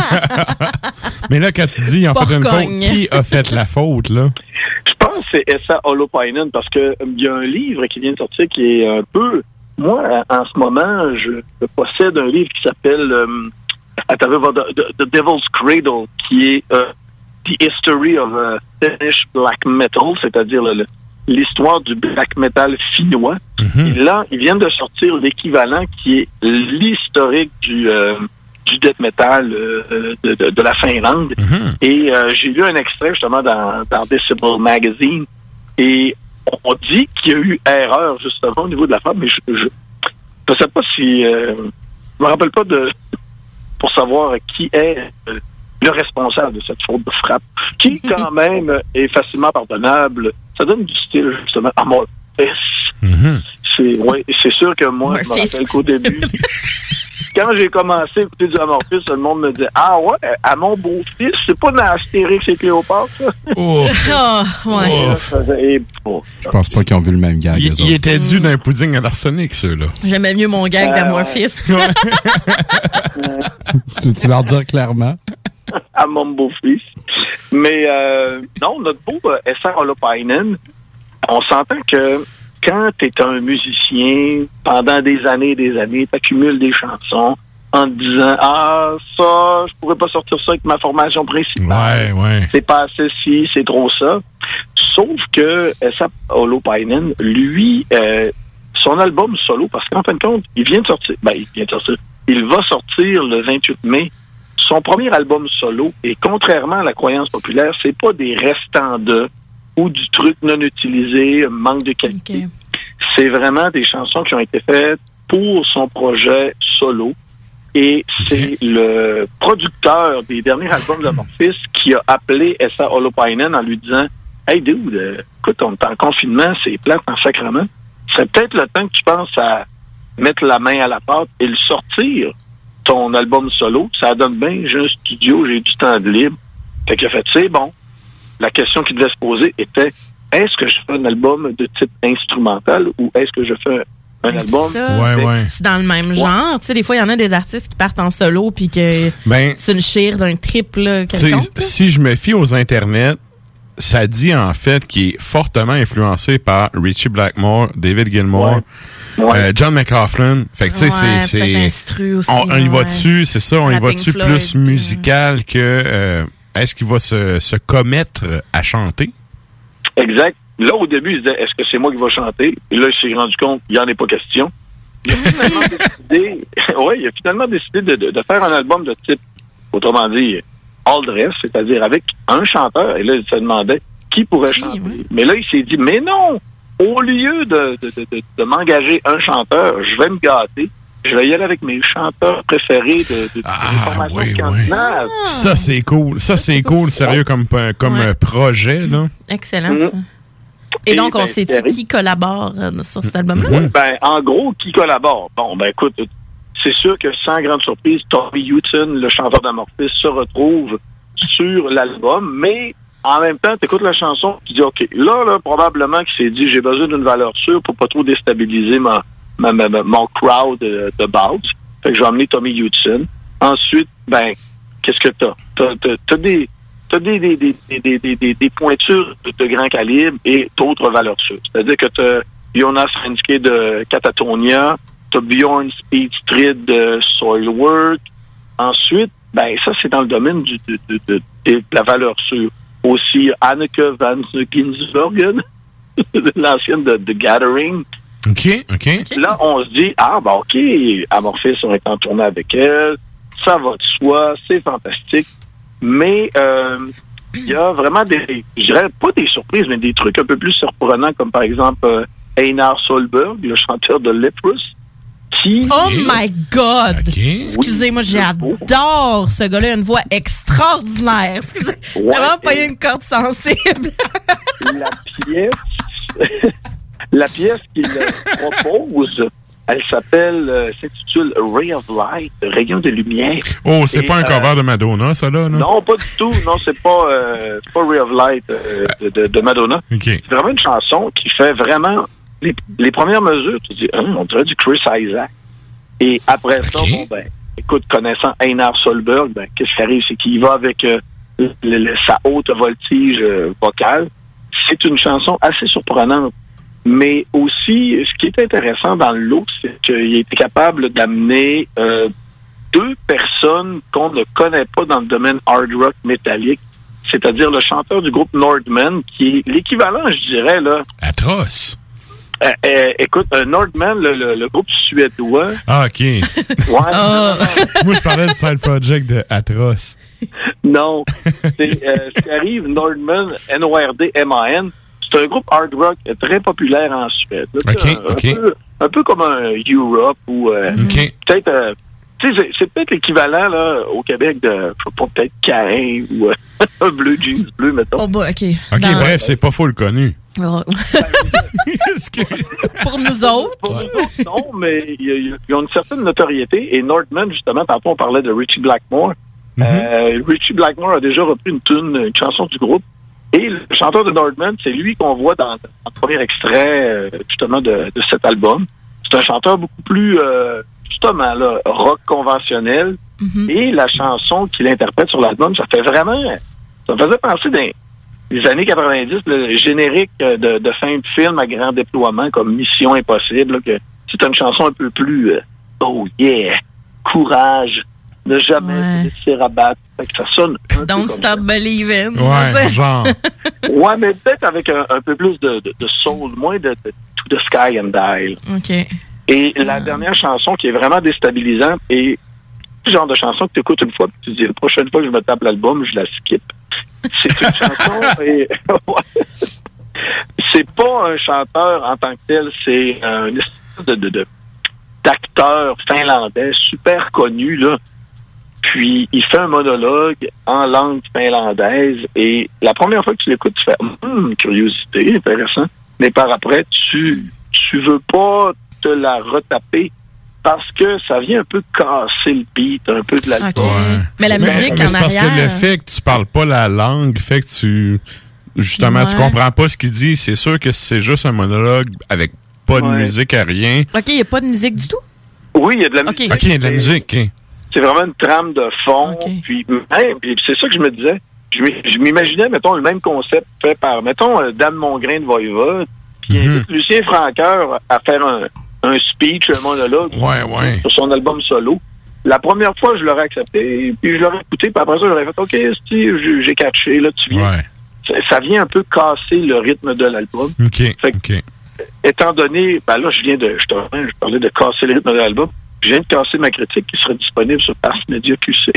Mais là, quand tu dis ils ont fait une faute, qui a fait la faute, là? Je pense que c'est Esa Holopainen, parce que il y a un livre qui vient de sortir qui est un peu... Moi, en ce moment, je possède un livre qui s'appelle The Devil's Cradle, qui est... The History of Finnish Black Metal, c'est-à-dire l'histoire du black metal finnois. Et là, ils viennent de sortir l'équivalent qui est l'historique du death metal de la Finlande. Et j'ai lu un extrait justement dans Decibel Magazine et on dit qu'il y a eu erreur justement au niveau de la femme, mais je sais pas si... je me rappelle pas pour savoir qui est... le responsable de cette faute de frappe, qui quand même est facilement pardonnable. Ça donne du style, justement, à mon fils. C'est sûr que moi, je me rappelle qu'au début, quand j'ai commencé à écouter du Amorphis, le monde me dit « Ah ouais, à mon beau-fils, c'est pas dans Astérix et Cléopâtre, ça? » Je pense pas qu'ils ont vu le même gag. Il était dû d'un pudding à l'arsenic, ceux-là. J'aimais mieux mon gag d'Amorphis. Tu leur dire clairement? À mon beau-fils. Mais non, notre beau Esa Holopainen, on s'entend que quand tu es un musicien, pendant des années, tu accumules des chansons, en te disant ça, je pourrais pas sortir ça avec ma formation principale. Ouais. C'est pas assez ci, c'est trop ça. Sauf que A$AP Holopainen, lui, son album solo, parce qu'en fin de compte, il va sortir le 28 mai. Son premier album solo, et contrairement à la croyance populaire, c'est pas des restants de ou du truc non utilisé, manque de qualité. Okay. C'est vraiment des chansons qui ont été faites pour son projet solo. Et c'est le producteur des derniers albums d'Amorphis qui a appelé A$AP Holopainen en lui disant « Hey dude, écoute, on est en confinement, c'est plate en sacrement. Ce serait peut-être le temps que tu penses à mettre la main à la pâte et le sortir, ton album solo. Ça donne bien, j'ai un studio, j'ai du temps de libre. » Fait qu'il a fait « C'est bon. » La question qui devait se poser était « Est-ce que je fais un album de type instrumental ou est-ce que je fais un album? » C'est dans le même genre. Tu sais, des fois, il y en a des artistes qui partent en solo puis que c'est une chire d'un trip là, quelconque. Si je me fie aux internets, ça dit en fait qu'il est fortement influencé par Ritchie Blackmore, David Gilmour, John McLaughlin. Fait que tu sais, c'est on y va dessus, c'est ça, on y va dessus plus musical que est-ce qu'il va se commettre à chanter? Exact. Là, au début, il se disait, est-ce que c'est moi qui vais chanter? Et là, il s'est rendu compte qu'il n'y en est pas question. Il a finalement décidé, de faire un album de type, autrement dit, all dress, c'est-à-dire avec un chanteur. Et là, il se demandait qui pourrait chanter. Oui. Mais là, il s'est dit, mais non! Au lieu de m'engager un chanteur, je vais me gâter. Je vais y aller avec mes chanteurs préférés de formation scandinave. Ça, c'est cool. Ça, c'est cool, sérieux, comme projet, là. Excellent, ça. Et donc, on sait-tu qui collabore sur cet album-là? En gros, qui collabore? Bon, écoute, c'est sûr que sans grande surprise, Tommy Hutton, le chanteur d'Amorphis, se retrouve sur l'album, mais en même temps, tu écoutes la chanson, tu dis, OK, là, probablement qu'il s'est dit, j'ai besoin d'une valeur sûre pour pas trop déstabiliser mon crowd de base. Fait que je vais emmener Tommy Hutton. Ensuite, qu'est-ce que t'as? T'as des pointures de grand calibre et d'autres valeurs sûres. C'est-à-dire que t'as Jonas Renske de Katatonia, t'as Bjorn Speedstrid de Soilwork. Ensuite, ça, c'est dans le domaine de la valeur sûre. Aussi, Anneke van Ginsbergen, l'ancienne de The Gathering. OK. Là, on se dit, OK, Amorphis, on est en tournée avec elle, ça va de soi, c'est fantastique. Mais il y a vraiment je dirais pas des surprises, mais des trucs un peu plus surprenants, comme par exemple Einar Solberg, le chanteur de Leprous, qui... Oh my God! Excusez-moi, j'adore ce gars-là, il a une voix extraordinaire. Vraiment pas une corde sensible. La pièce qu'il propose, elle s'intitule Ray of Light, Rayon de lumière. Oh, c'est pas un cover de Madonna, ça, là? Non, pas du tout. Non, c'est pas Ray of Light de Madonna. Okay. C'est vraiment une chanson qui fait vraiment les premières mesures. Tu dis, on dirait du Chris Isaac. Et après ça, écoute, connaissant Einar Solberg, qu'est-ce qui arrive? C'est qu'il va avec sa haute voltige vocale. C'est une chanson assez surprenante. Mais aussi, ce qui est intéressant dans le lot, c'est qu'il a été capable d'amener deux personnes qu'on ne connaît pas dans le domaine hard rock métallique, c'est-à-dire le chanteur du groupe Nordman, qui est l'équivalent, je dirais, là... Atroce! Écoute, Nordman, le groupe suédois... Ah, OK. Ouais. Moi, je parlais du side project de Atroce. Non. Ce qui arrive, Nordman, N-O-R-D-M-A-N, c'est un groupe hard rock très populaire en Suède. Un peu comme un Europe ou peut-être... c'est peut-être l'équivalent là au Québec de peut-être Caïn ou un bleu jeans bleu, mettons. Oh, OK. Bref, c'est pas full connu. Pour nous autres. Pour nous autres, non, mais ils ont une certaine notoriété. Et Nordman, justement, tantôt on parlait de Ritchie Blackmore. Ritchie Blackmore a déjà repris une chanson du groupe. Et le chanteur de Nordman, c'est lui qu'on voit dans le premier extrait, justement, de cet album. C'est un chanteur beaucoup plus, justement, là, rock conventionnel. Et la chanson qu'il interprète sur l'album, ça me faisait penser des années 90, le générique de fin de film à grand déploiement, comme Mission Impossible, là, que c'est une chanson un peu plus, oh yeah! courage, ne jamais se laisser rabattre. Fait que ça sonne un Don't peu stop believing. Ouais, genre. Ouais, mais peut-être avec un peu plus de soul, moins de To the Sky and Die. OK. Et la dernière chanson qui est vraiment déstabilisante et le genre de chanson que tu écoutes une fois et tu dis la prochaine fois que je me tape l'album, je la skip. C'est une chanson et c'est pas un chanteur en tant que tel, c'est un espèce d'acteur finlandais super connu là. Puis il fait un monologue en langue finlandaise et la première fois que tu l'écoutes, tu fais curiosité, intéressant. Mais par après, tu veux pas te la retaper parce que ça vient un peu casser le beat, un peu de l'album. Okay. Ouais. Mais la musique mais en c'est parce arrière... que le fait que tu parles pas la langue fait que tu comprends pas ce qu'il dit. C'est sûr que c'est juste un monologue avec pas de musique à rien. OK, il n'y a pas de musique du tout? Oui, il y a de la musique. OK, il y a de la musique. Okay. C'est vraiment une trame de fond. Puis c'est ça que je me disais. Je m'imaginais, mettons, le même concept fait par, mettons, Dan Mongrain de Voivode, puis invite Lucien Francoeur à faire un speech, un monologue sur son album solo. La première fois, je l'aurais accepté, puis je l'aurais écouté, puis après ça, j'aurais fait « OK, j'ai catché, là, tu viens. Ouais. Ça vient un peu casser le rythme de l'album. OK. Étant donné, ben là, je parlais de casser le rythme de l'album. Je viens de casser ma critique qui sera disponible sur Ars Media QC.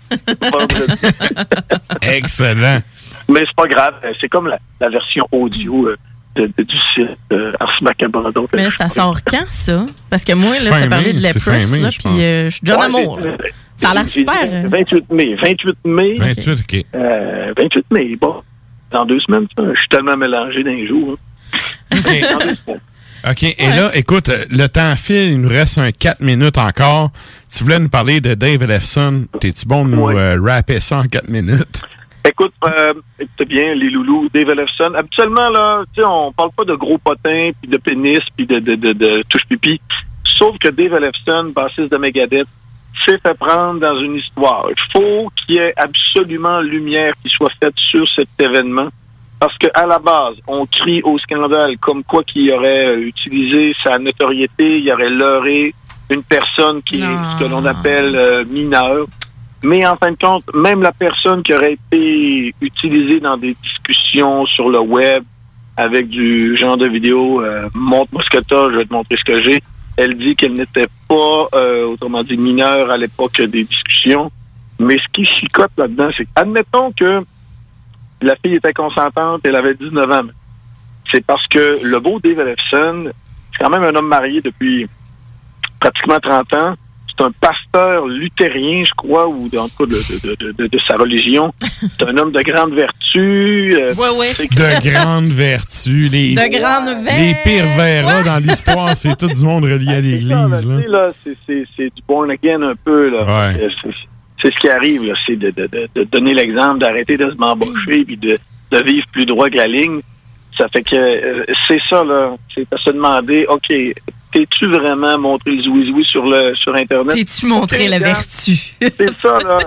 Excellent. Mais c'est pas grave. C'est comme la version audio du site Ars Macabre. Donc, mais ça sort quand, ça? Parce que moi, là, t'as parlé de Leprous, là, puis je suis John Amour. Ça a l'air super. 28 mai. 28 mai. 28, OK. 28 mai, bon. Dans 2 semaines, ça. Je suis tellement mélangé dans les jours. Hein. OK. Et là, écoute, le temps file, il nous reste 4 minutes encore. Tu voulais nous parler de Dave Ellefson. T'es-tu bon de nous rapper ça en 4 minutes? Écoute, écoutez bien, les loulous, Dave Ellefson. Habituellement, là, tu sais, on parle pas de gros potins, puis de pénis, puis de touche-pipi. Sauf que Dave Ellefson, bassiste de Megadeth, s'est fait prendre dans une histoire. Il faut qu'il y ait absolument lumière qui soit faite sur cet événement. Parce qu'à la base, on crie au scandale comme quoi qu'il aurait utilisé sa notoriété, il aurait leurré une personne qui est ce que l'on appelle mineure. Mais en fin de compte, même la personne qui aurait été utilisée dans des discussions sur le web avec du genre de vidéo, montre-moi ce que t'as, je vais te montrer ce que j'ai. Elle dit qu'elle n'était pas, autrement dit, mineure à l'époque des discussions. Mais ce qui chicote là-dedans, c'est admettons que la fille était consentante, elle avait 19 ans. C'est parce que le beau Dave Ellefson, c'est quand même un homme marié depuis pratiquement 30 ans. C'est un pasteur luthérien, je crois, ou en tout cas de sa religion. C'est un homme de grande vertu. De grande vertu. Les pires verras dans l'histoire, c'est tout du monde relié à l'Église. C'est du born again un peu. Là. Ouais. C'est ce qui arrive, là, c'est de donner l'exemple, d'arrêter de se m'embaucher puis de vivre plus droit que la ligne. Ça fait que c'est ça, là. C'est à se demander, OK, t'es-tu vraiment montré le zouizoui sur Internet? T'es-tu montré la vertu? C'est ça, là.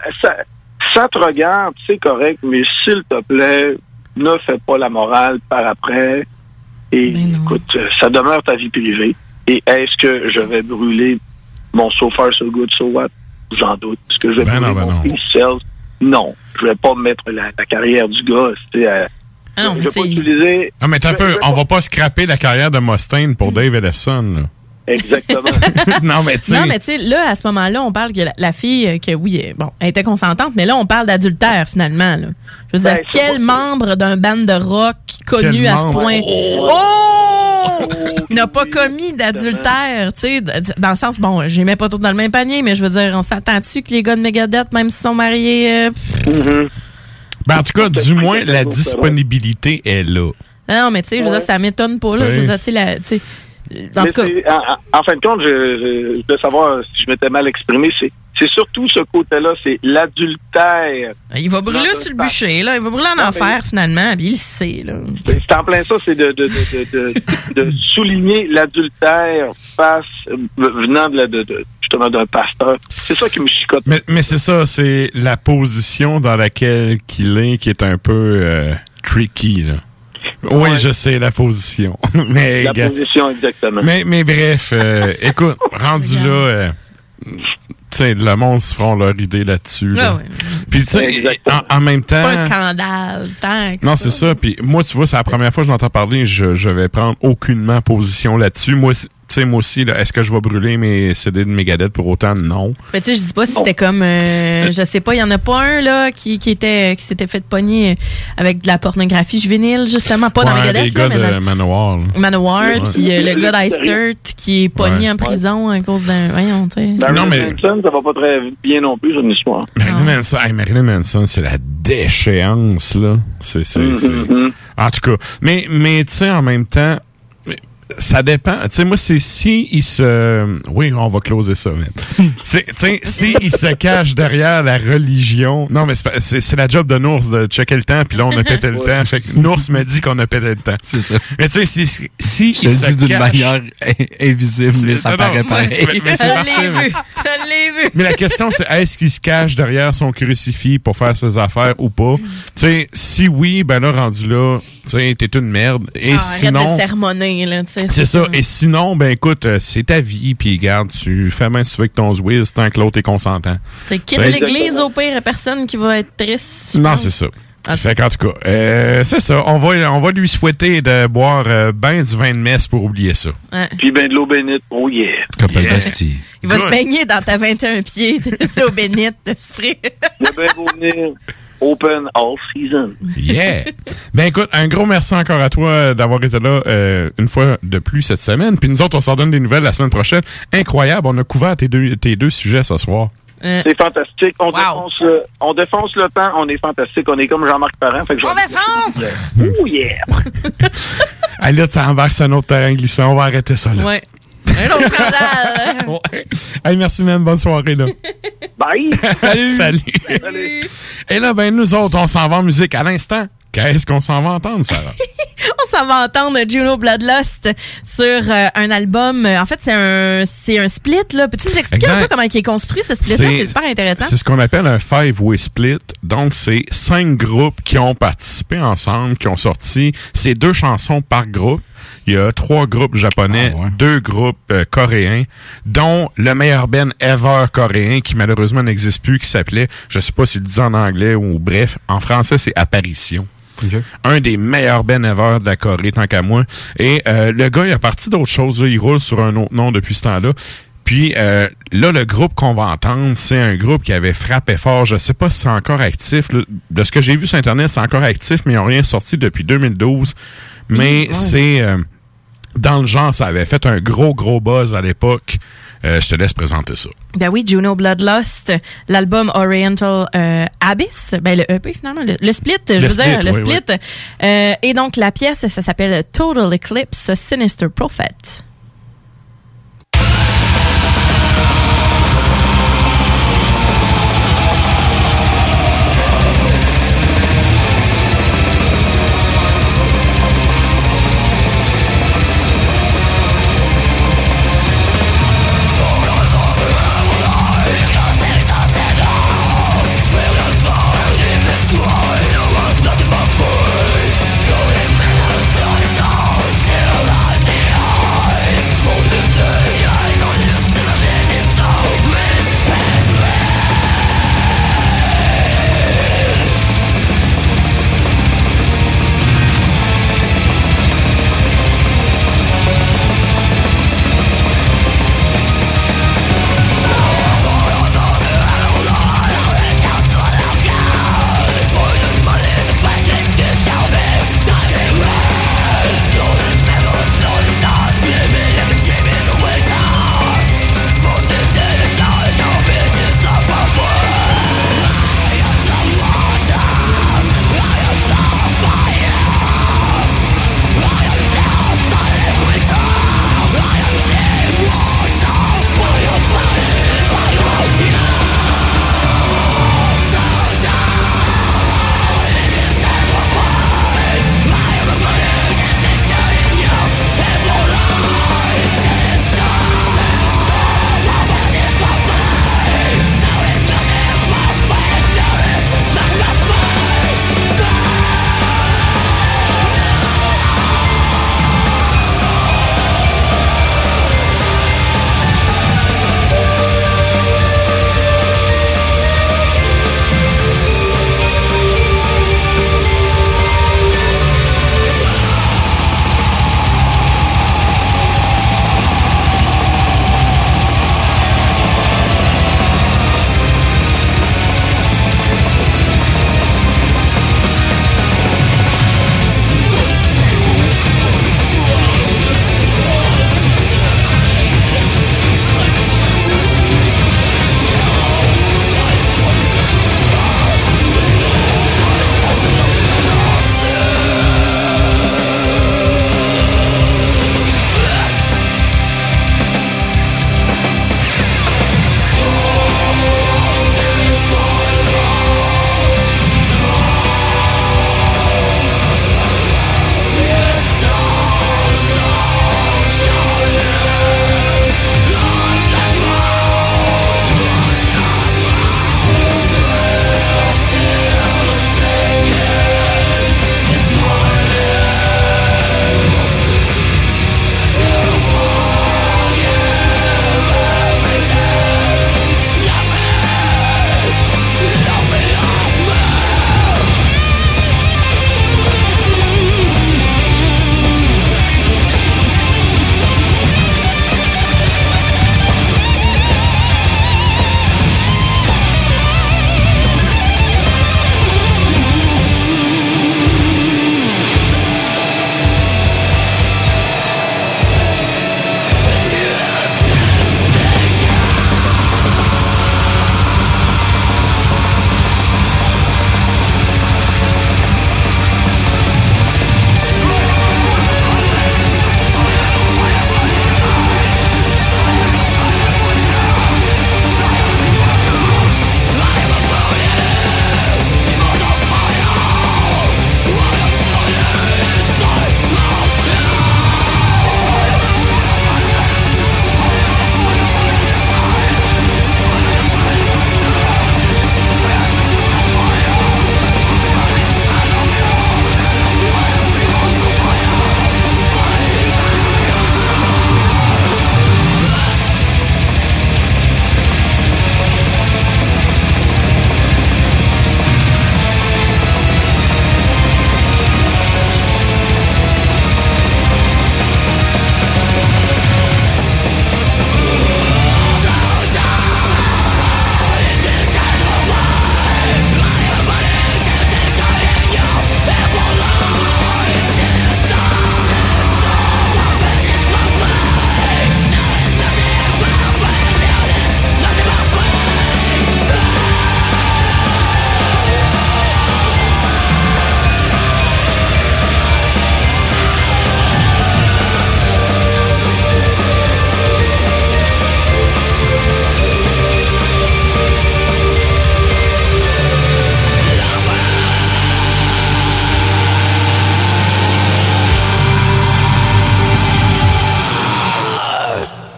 Ça te regarde, c'est correct, mais s'il te plaît, ne fais pas la morale par après. Et écoute, ça demeure ta vie privée. Et est-ce que je vais brûler mon So Far So Good, So What? J'en doute. Est-ce que je vais brûler mon P-Cells? Non. Je vais pas mettre la carrière du gars, je vais pas utiliser... Non, mais t'as un peu... On va pas scraper la carrière de Mustaine pour Dave Ellefson, là. Exactement. Non, mais tu sais, là, à ce moment-là, on parle que la fille, que oui, bon, elle était consentante, mais là, on parle d'adultère, finalement, là. Je veux dire, quel membre d'un band de rock connu à ce point... n'a pas commis d'adultère, tu sais, dans le sens, bon, je les mets pas tous dans le même panier, mais je veux dire, on s'attend-tu que les gars de Megadeth, même s'ils sont mariés... Ben, en tout cas, du moins, la disponibilité est là. Non, mais tu sais, je veux dire, ça m'étonne pas, là. Je veux dire, tu sais, en tout cas... En fin de compte, je veux savoir si je m'étais mal exprimé, c'est surtout ce côté-là, c'est l'adultère. Il va brûler sur le bûcher, là. Il va brûler en enfer, finalement, puis il le sait, là. C'est en plein ça, c'est de souligner l'adultère venant justement d'un pasteur. C'est ça qui me chicote. Mais c'est ça, c'est la position dans laquelle qu'il est qui est un peu tricky, là. Oui, je sais, la position. Position, exactement. Mais bref, écoute, rendu là... sais, le monde se feront leur idée là-dessus. Là. Ah ouais. Puis, tu sais, en même temps... C'est pas un scandale, tant que Non, c'est ça. Puis moi, tu vois, c'est la première fois que je l'entends parler. Je vais prendre aucunement position là-dessus. Moi, tu sais, moi aussi, là, est-ce que je vais brûler mes CD de Megadeth pour autant? Non. Mais tu sais, je dis pas si c'était comme... je sais pas, il y en a pas un là qui s'était fait pogner avec de la pornographie juvénile, justement. Pas dans Megadeth. Des gars de Manowar. Manowar, puis le gars d'Icestert qui est pogné en prison à cause d'un... Voyons, tu sais. Marilyn Manson, ça va pas très bien non plus, son histoire. Marilyn Manson, c'est la déchéance, là. C'est... En tout cas. Mais tu sais, en même temps... Ça dépend. Tu sais, moi, c'est si il se... Oui, on va closer ça, même. Tu sais, si il se cache derrière la religion... Non, mais c'est la job de Nours de checker le temps, puis là, on a pété le temps. Fait que Nours me dit qu'on a pété le temps. C'est ça. Mais tu sais, si je le dis d'une manière invisible, mais ça paraît pareil. Mais c'est parfait. Je l'ai vu. Mais la question, c'est est-ce qu'il se cache derrière son crucifix pour faire ses affaires ou pas? Tu sais, si oui, ben là, rendu là, tu sais, t'es une merde. Et sinon... Arrête de sermonner, là, tu sais. C'est ça. Et sinon, ben écoute, c'est ta vie, puis garde, tu fais bien si tu veux avec ton Zwiz tant que l'autre est consentant. Tu quittes l'église, au pire, personne qui va être triste. Non, c'est ça. Fait qu'en tout cas, c'est ça. On va lui souhaiter de boire ben du vin de messe pour oublier ça. Ouais. Puis ben de l'eau bénite. Oh yeah. Il va se baigner dans ta 21 pieds d'eau bénite de ce frais. Il va bien venir. Open all season. Yeah! Ben écoute, un gros merci encore à toi d'avoir été là une fois de plus cette semaine. Puis nous autres, on s'en donne des nouvelles la semaine prochaine. Incroyable, on a couvert tes deux sujets ce soir. C'est fantastique. On défonce le temps, on est fantastique. On est comme Jean-Marc Parent. Fait que on défonce! Oh yeah! Allez, là, ça embarque sur un autre terrain glissant. On va arrêter ça, là. Ouais. Un autre scandale! Ouais. Hey, merci, man. Bonne soirée, là. Bye! Salut! Et là, ben, nous autres, on s'en va en musique à l'instant. Qu'est-ce qu'on s'en va entendre, Sarah? On s'en va entendre Juno Bloodlust sur un album. En fait, c'est un split, là. Peux-tu nous expliquer un peu comment il est construit, ce split-là? C'est super intéressant. C'est ce qu'on appelle un five-way split. Donc, c'est 5 groupes qui ont participé ensemble, qui ont sorti ces 2 chansons par groupe. Il y a 3 groupes japonais, 2 groupes coréens, dont le meilleur band ever coréen, qui malheureusement n'existe plus, qui s'appelait, je sais pas s'il le dit en anglais ou bref, en français, c'est Apparition. Okay. Un des meilleurs bands ever de la Corée, tant qu'à moi. Et le gars, il a parti d'autres choses. Là. Il roule sur un autre nom depuis ce temps-là. Puis là, le groupe qu'on va entendre, c'est un groupe qui avait frappé fort. Je sais pas si c'est encore actif. Là. De ce que j'ai vu sur Internet, c'est encore actif, mais ils n'ont rien sorti depuis 2012. Mais c'est... dans le genre, ça avait fait un gros buzz à l'époque. Je te laisse présenter ça. Ben oui, Juno Bloodlust, l'album Oriental Abyss, ben le EP finalement, le split, le split. Oui. Et donc la pièce, ça s'appelle Total Eclipse Sinister Prophet. Nothing but food, going mad, still alive.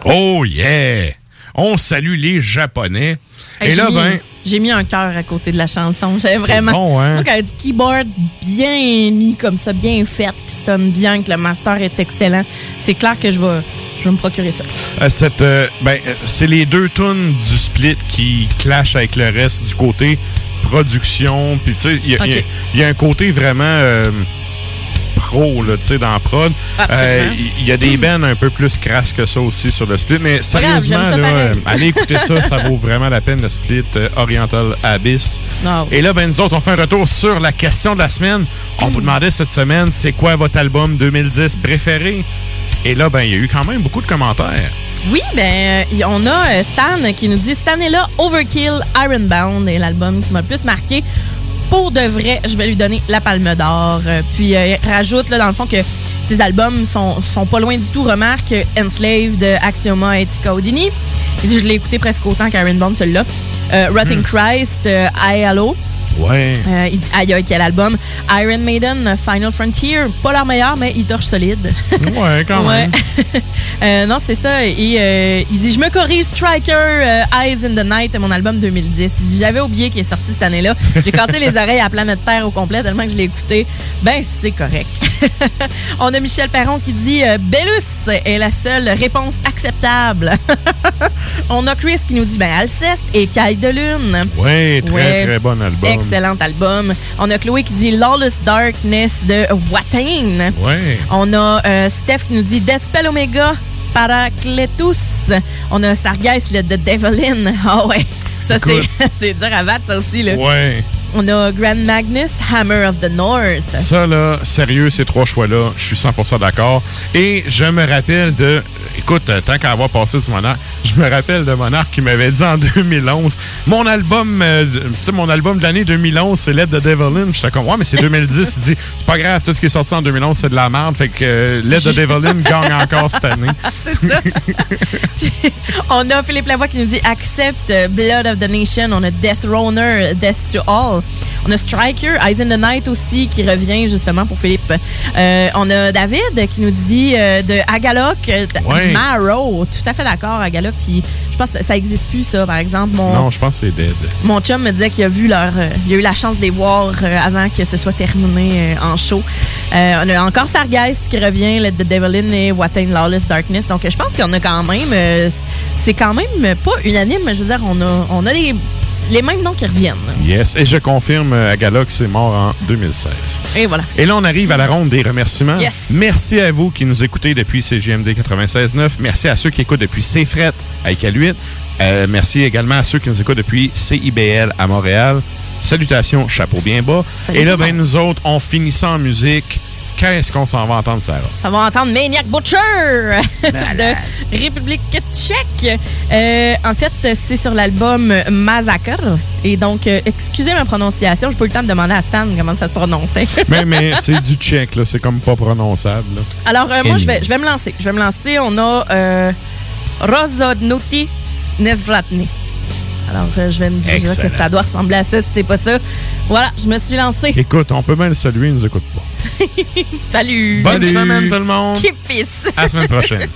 Oh yeah! On salue les Japonais. Et là, j'ai mis un cœur à côté de la chanson. J'avais c'est vraiment. bon, hein? Moi, quand elle dit keyboard bien mis comme ça, bien fait, qui sonne bien, que le master est excellent, c'est clair que je vais me procurer ça. C'est les deux tunes du split qui clashent avec le reste du côté production. Puis, tu sais, il y a un côté vraiment pro, là, tu sais, dans prod. Il y a des bands un peu plus crasses que ça aussi sur le split. Mais sérieusement, allez écouter ça. Ça vaut vraiment la peine, le split Oriental Abyss. Oh. Et là, nous autres, on fait un retour sur la question de la semaine. On vous demandait cette semaine, c'est quoi votre album 2010 préféré? Et là, il y a eu quand même beaucoup de commentaires. Oui, on a Stan qui nous dit cette année-là, Overkill, Ironbound est l'album qui m'a le plus marqué. Pour de vrai, je vais lui donner la Palme d'Or. Puis il rajoute là, dans le fond que ses albums sont pas loin du tout. Remarque Enslaved, Axioma et Tika Houdini. Il dit je l'ai écouté presque autant qu'Ironbound, celui-là. Rotting Christ, I Hello. Ouais. Il dit aïe, quel album. Iron Maiden, Final Frontier, pas leur meilleur, mais il torche solide. Ouais, quand même. Non, c'est ça. Et il dit je me corrige, Striker, Eyes in the Night, mon album 2010. Il dit j'avais oublié qu'il est sorti cette année-là. J'ai cassé les oreilles à Planète Terre au complet tellement que je l'ai écouté. C'est correct. On a Michel Perron qui dit Bellus est la seule réponse acceptable. On a Chris qui nous dit Alceste et Caille de Lune. Oui, très bon album. Excellent album. On a Chloé qui dit Lawless Darkness de Watain. Ouais. On a Steph qui nous dit Deathspell Omega, Paracletus. On a Sargeist, le The Devilin. Ah ouais. Ça, c'est dur à battre, ça aussi, là. Ouais. On a Grand Magnus, Hammer of the North. Ça, là, sérieux, ces trois choix-là, je suis 100% d'accord. Et je me rappelle de... Écoute, tant qu'à avoir passé du Monarque, je me rappelle de Monarque qui m'avait dit en 2011, mon album de l'année 2011, c'est Let the Devil In. J'étais comme, ouais, mais c'est 2010. Il dit, c'est pas grave, tout ce qui est sorti en 2011, c'est de la merde. Fait que Let the Devil In gagne encore cette année. C'est ça. Puis, on a Philippe Lavoie qui nous dit Accept, Blood of the Nation. On a Death Runner, Death to All. On a Striker, Eyes in the Night aussi, qui revient justement pour Philippe. On a David qui nous dit de Agalok, Marrow. Tout à fait d'accord, Agalok. Puis je pense que ça n'existe plus, ça, par exemple. Non, je pense que c'est dead. Mon chum me disait qu'il a vu il a eu la chance de les voir avant que ce soit terminé en show. On a encore Sargeist qui revient, Let the Devil In et Watain Lawless Darkness. Donc je pense qu'on a quand même... c'est quand même pas unanime, mais je veux dire, on a les mêmes noms qui reviennent. Yes, et je confirme, Agalok, c'est mort en 2016. Et voilà. Et là, on arrive à la ronde des remerciements. Yes. Merci à vous qui nous écoutez depuis CJMD 96.9. Merci à ceux qui écoutent depuis CFRET à ICAL8. Merci également à ceux qui nous écoutent depuis CIBL à Montréal. Salutations, chapeau bien bas. Salut. Et là, nous autres, on finit ça en musique. Qu'est-ce qu'on s'en va entendre, Sarah? On va entendre Maniac Butcher de République tchèque. En fait, c'est sur l'album Massacre. Et donc, excusez ma prononciation, j'ai pas eu le temps de demander à Stan comment ça se prononçait. mais c'est du tchèque, là. C'est comme pas prononçable. Là. Alors, moi, je vais me lancer. On a Rozhodnuti Nezvratny. Alors, je vais me dire que ça doit ressembler à ça si c'est pas ça. Voilà, je me suis lancé. Écoute, on peut bien le saluer, il nous écoute pas. Salut! Bonne semaine, tout le monde! Keep peace! À la semaine prochaine.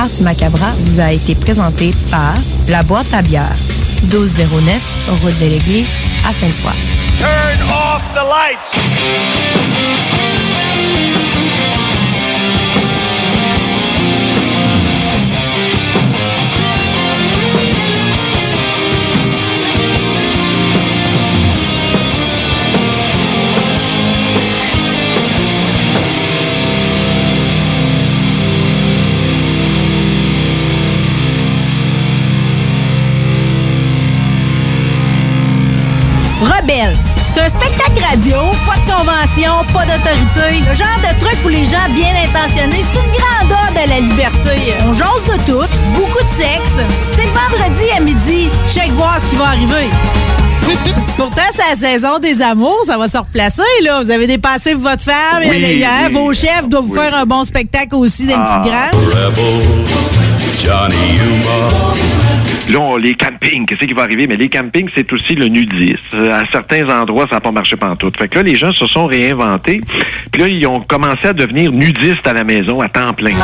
Ars Macabra vous a été présenté par La Boîte à bière, 1209, route de l'Église, à Sainte-Foy. Turn off the lights! Rebelle. C'est un spectacle radio, pas de convention, pas d'autorité. Le genre de truc où les gens bien intentionnés, c'est une grande ode à la liberté. On jase de tout, beaucoup de sexe. C'est le vendredi à midi. Check voir ce qui va arriver. Pourtant, c'est la saison des amours, ça va se replacer, là. Vous avez dépassé votre femme, hier, vos chefs doivent vous faire un bon spectacle aussi dans une petite grande. Là, les campings, qu'est-ce qui va arriver? Mais les campings, c'est aussi le nudisme. À certains endroits, ça n'a pas marché pantoute. Fait que là, les gens se sont réinventés. Puis là, ils ont commencé à devenir nudistes à la maison à temps plein.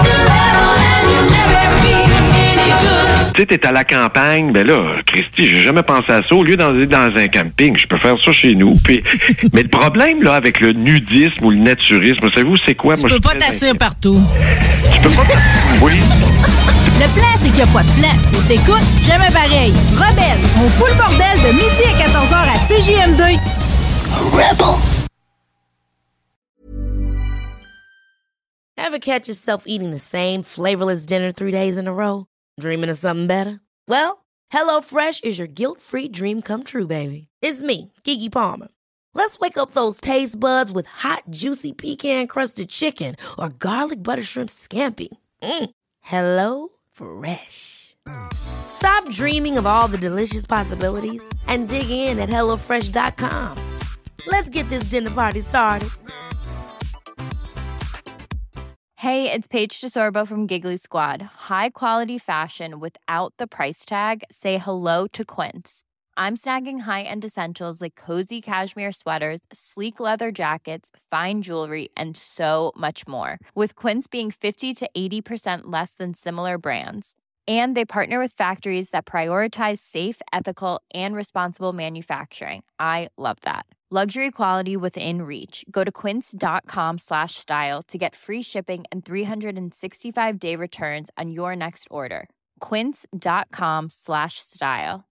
Tu sais, t'es à la campagne, ben là, Christy, j'ai jamais pensé à ça. Au lieu d'aller dans un camping, je peux faire ça chez nous. Puis, mais le problème, là, avec le nudisme ou le naturisme, savez-vous, c'est quoi? Tu peux pas t'asseoir partout. Tu peux pas t'asseoir, oui. Le plan, c'est qu'il n'y a pas de plan. T'écoutes, jamais pareil. Rebelle, on fout le bordel de midi à 14h à CJMD. Rebel. Ever catch yourself eating the same flavorless dinner 3 days in a row? Dreaming of something better? Well, HelloFresh is your guilt-free dream come true, baby. It's me, Keke Palmer. Let's wake up those taste buds with hot, juicy pecan-crusted chicken or garlic butter shrimp scampi. Hello Fresh. Stop dreaming of all the delicious possibilities and dig in at HelloFresh.com. Let's get this dinner party started. Hey, it's Paige DeSorbo from Giggly Squad. High quality fashion without the price tag. Say hello to Quince. I'm snagging high-end essentials like cozy cashmere sweaters, sleek leather jackets, fine jewelry, and so much more. With Quince being 50 to 80% less than similar brands. And they partner with factories that prioritize safe, ethical, and responsible manufacturing. I love that. Luxury quality within reach. Go to quince.com/style to get free shipping and 365-day returns on your next order. Quince.com/style.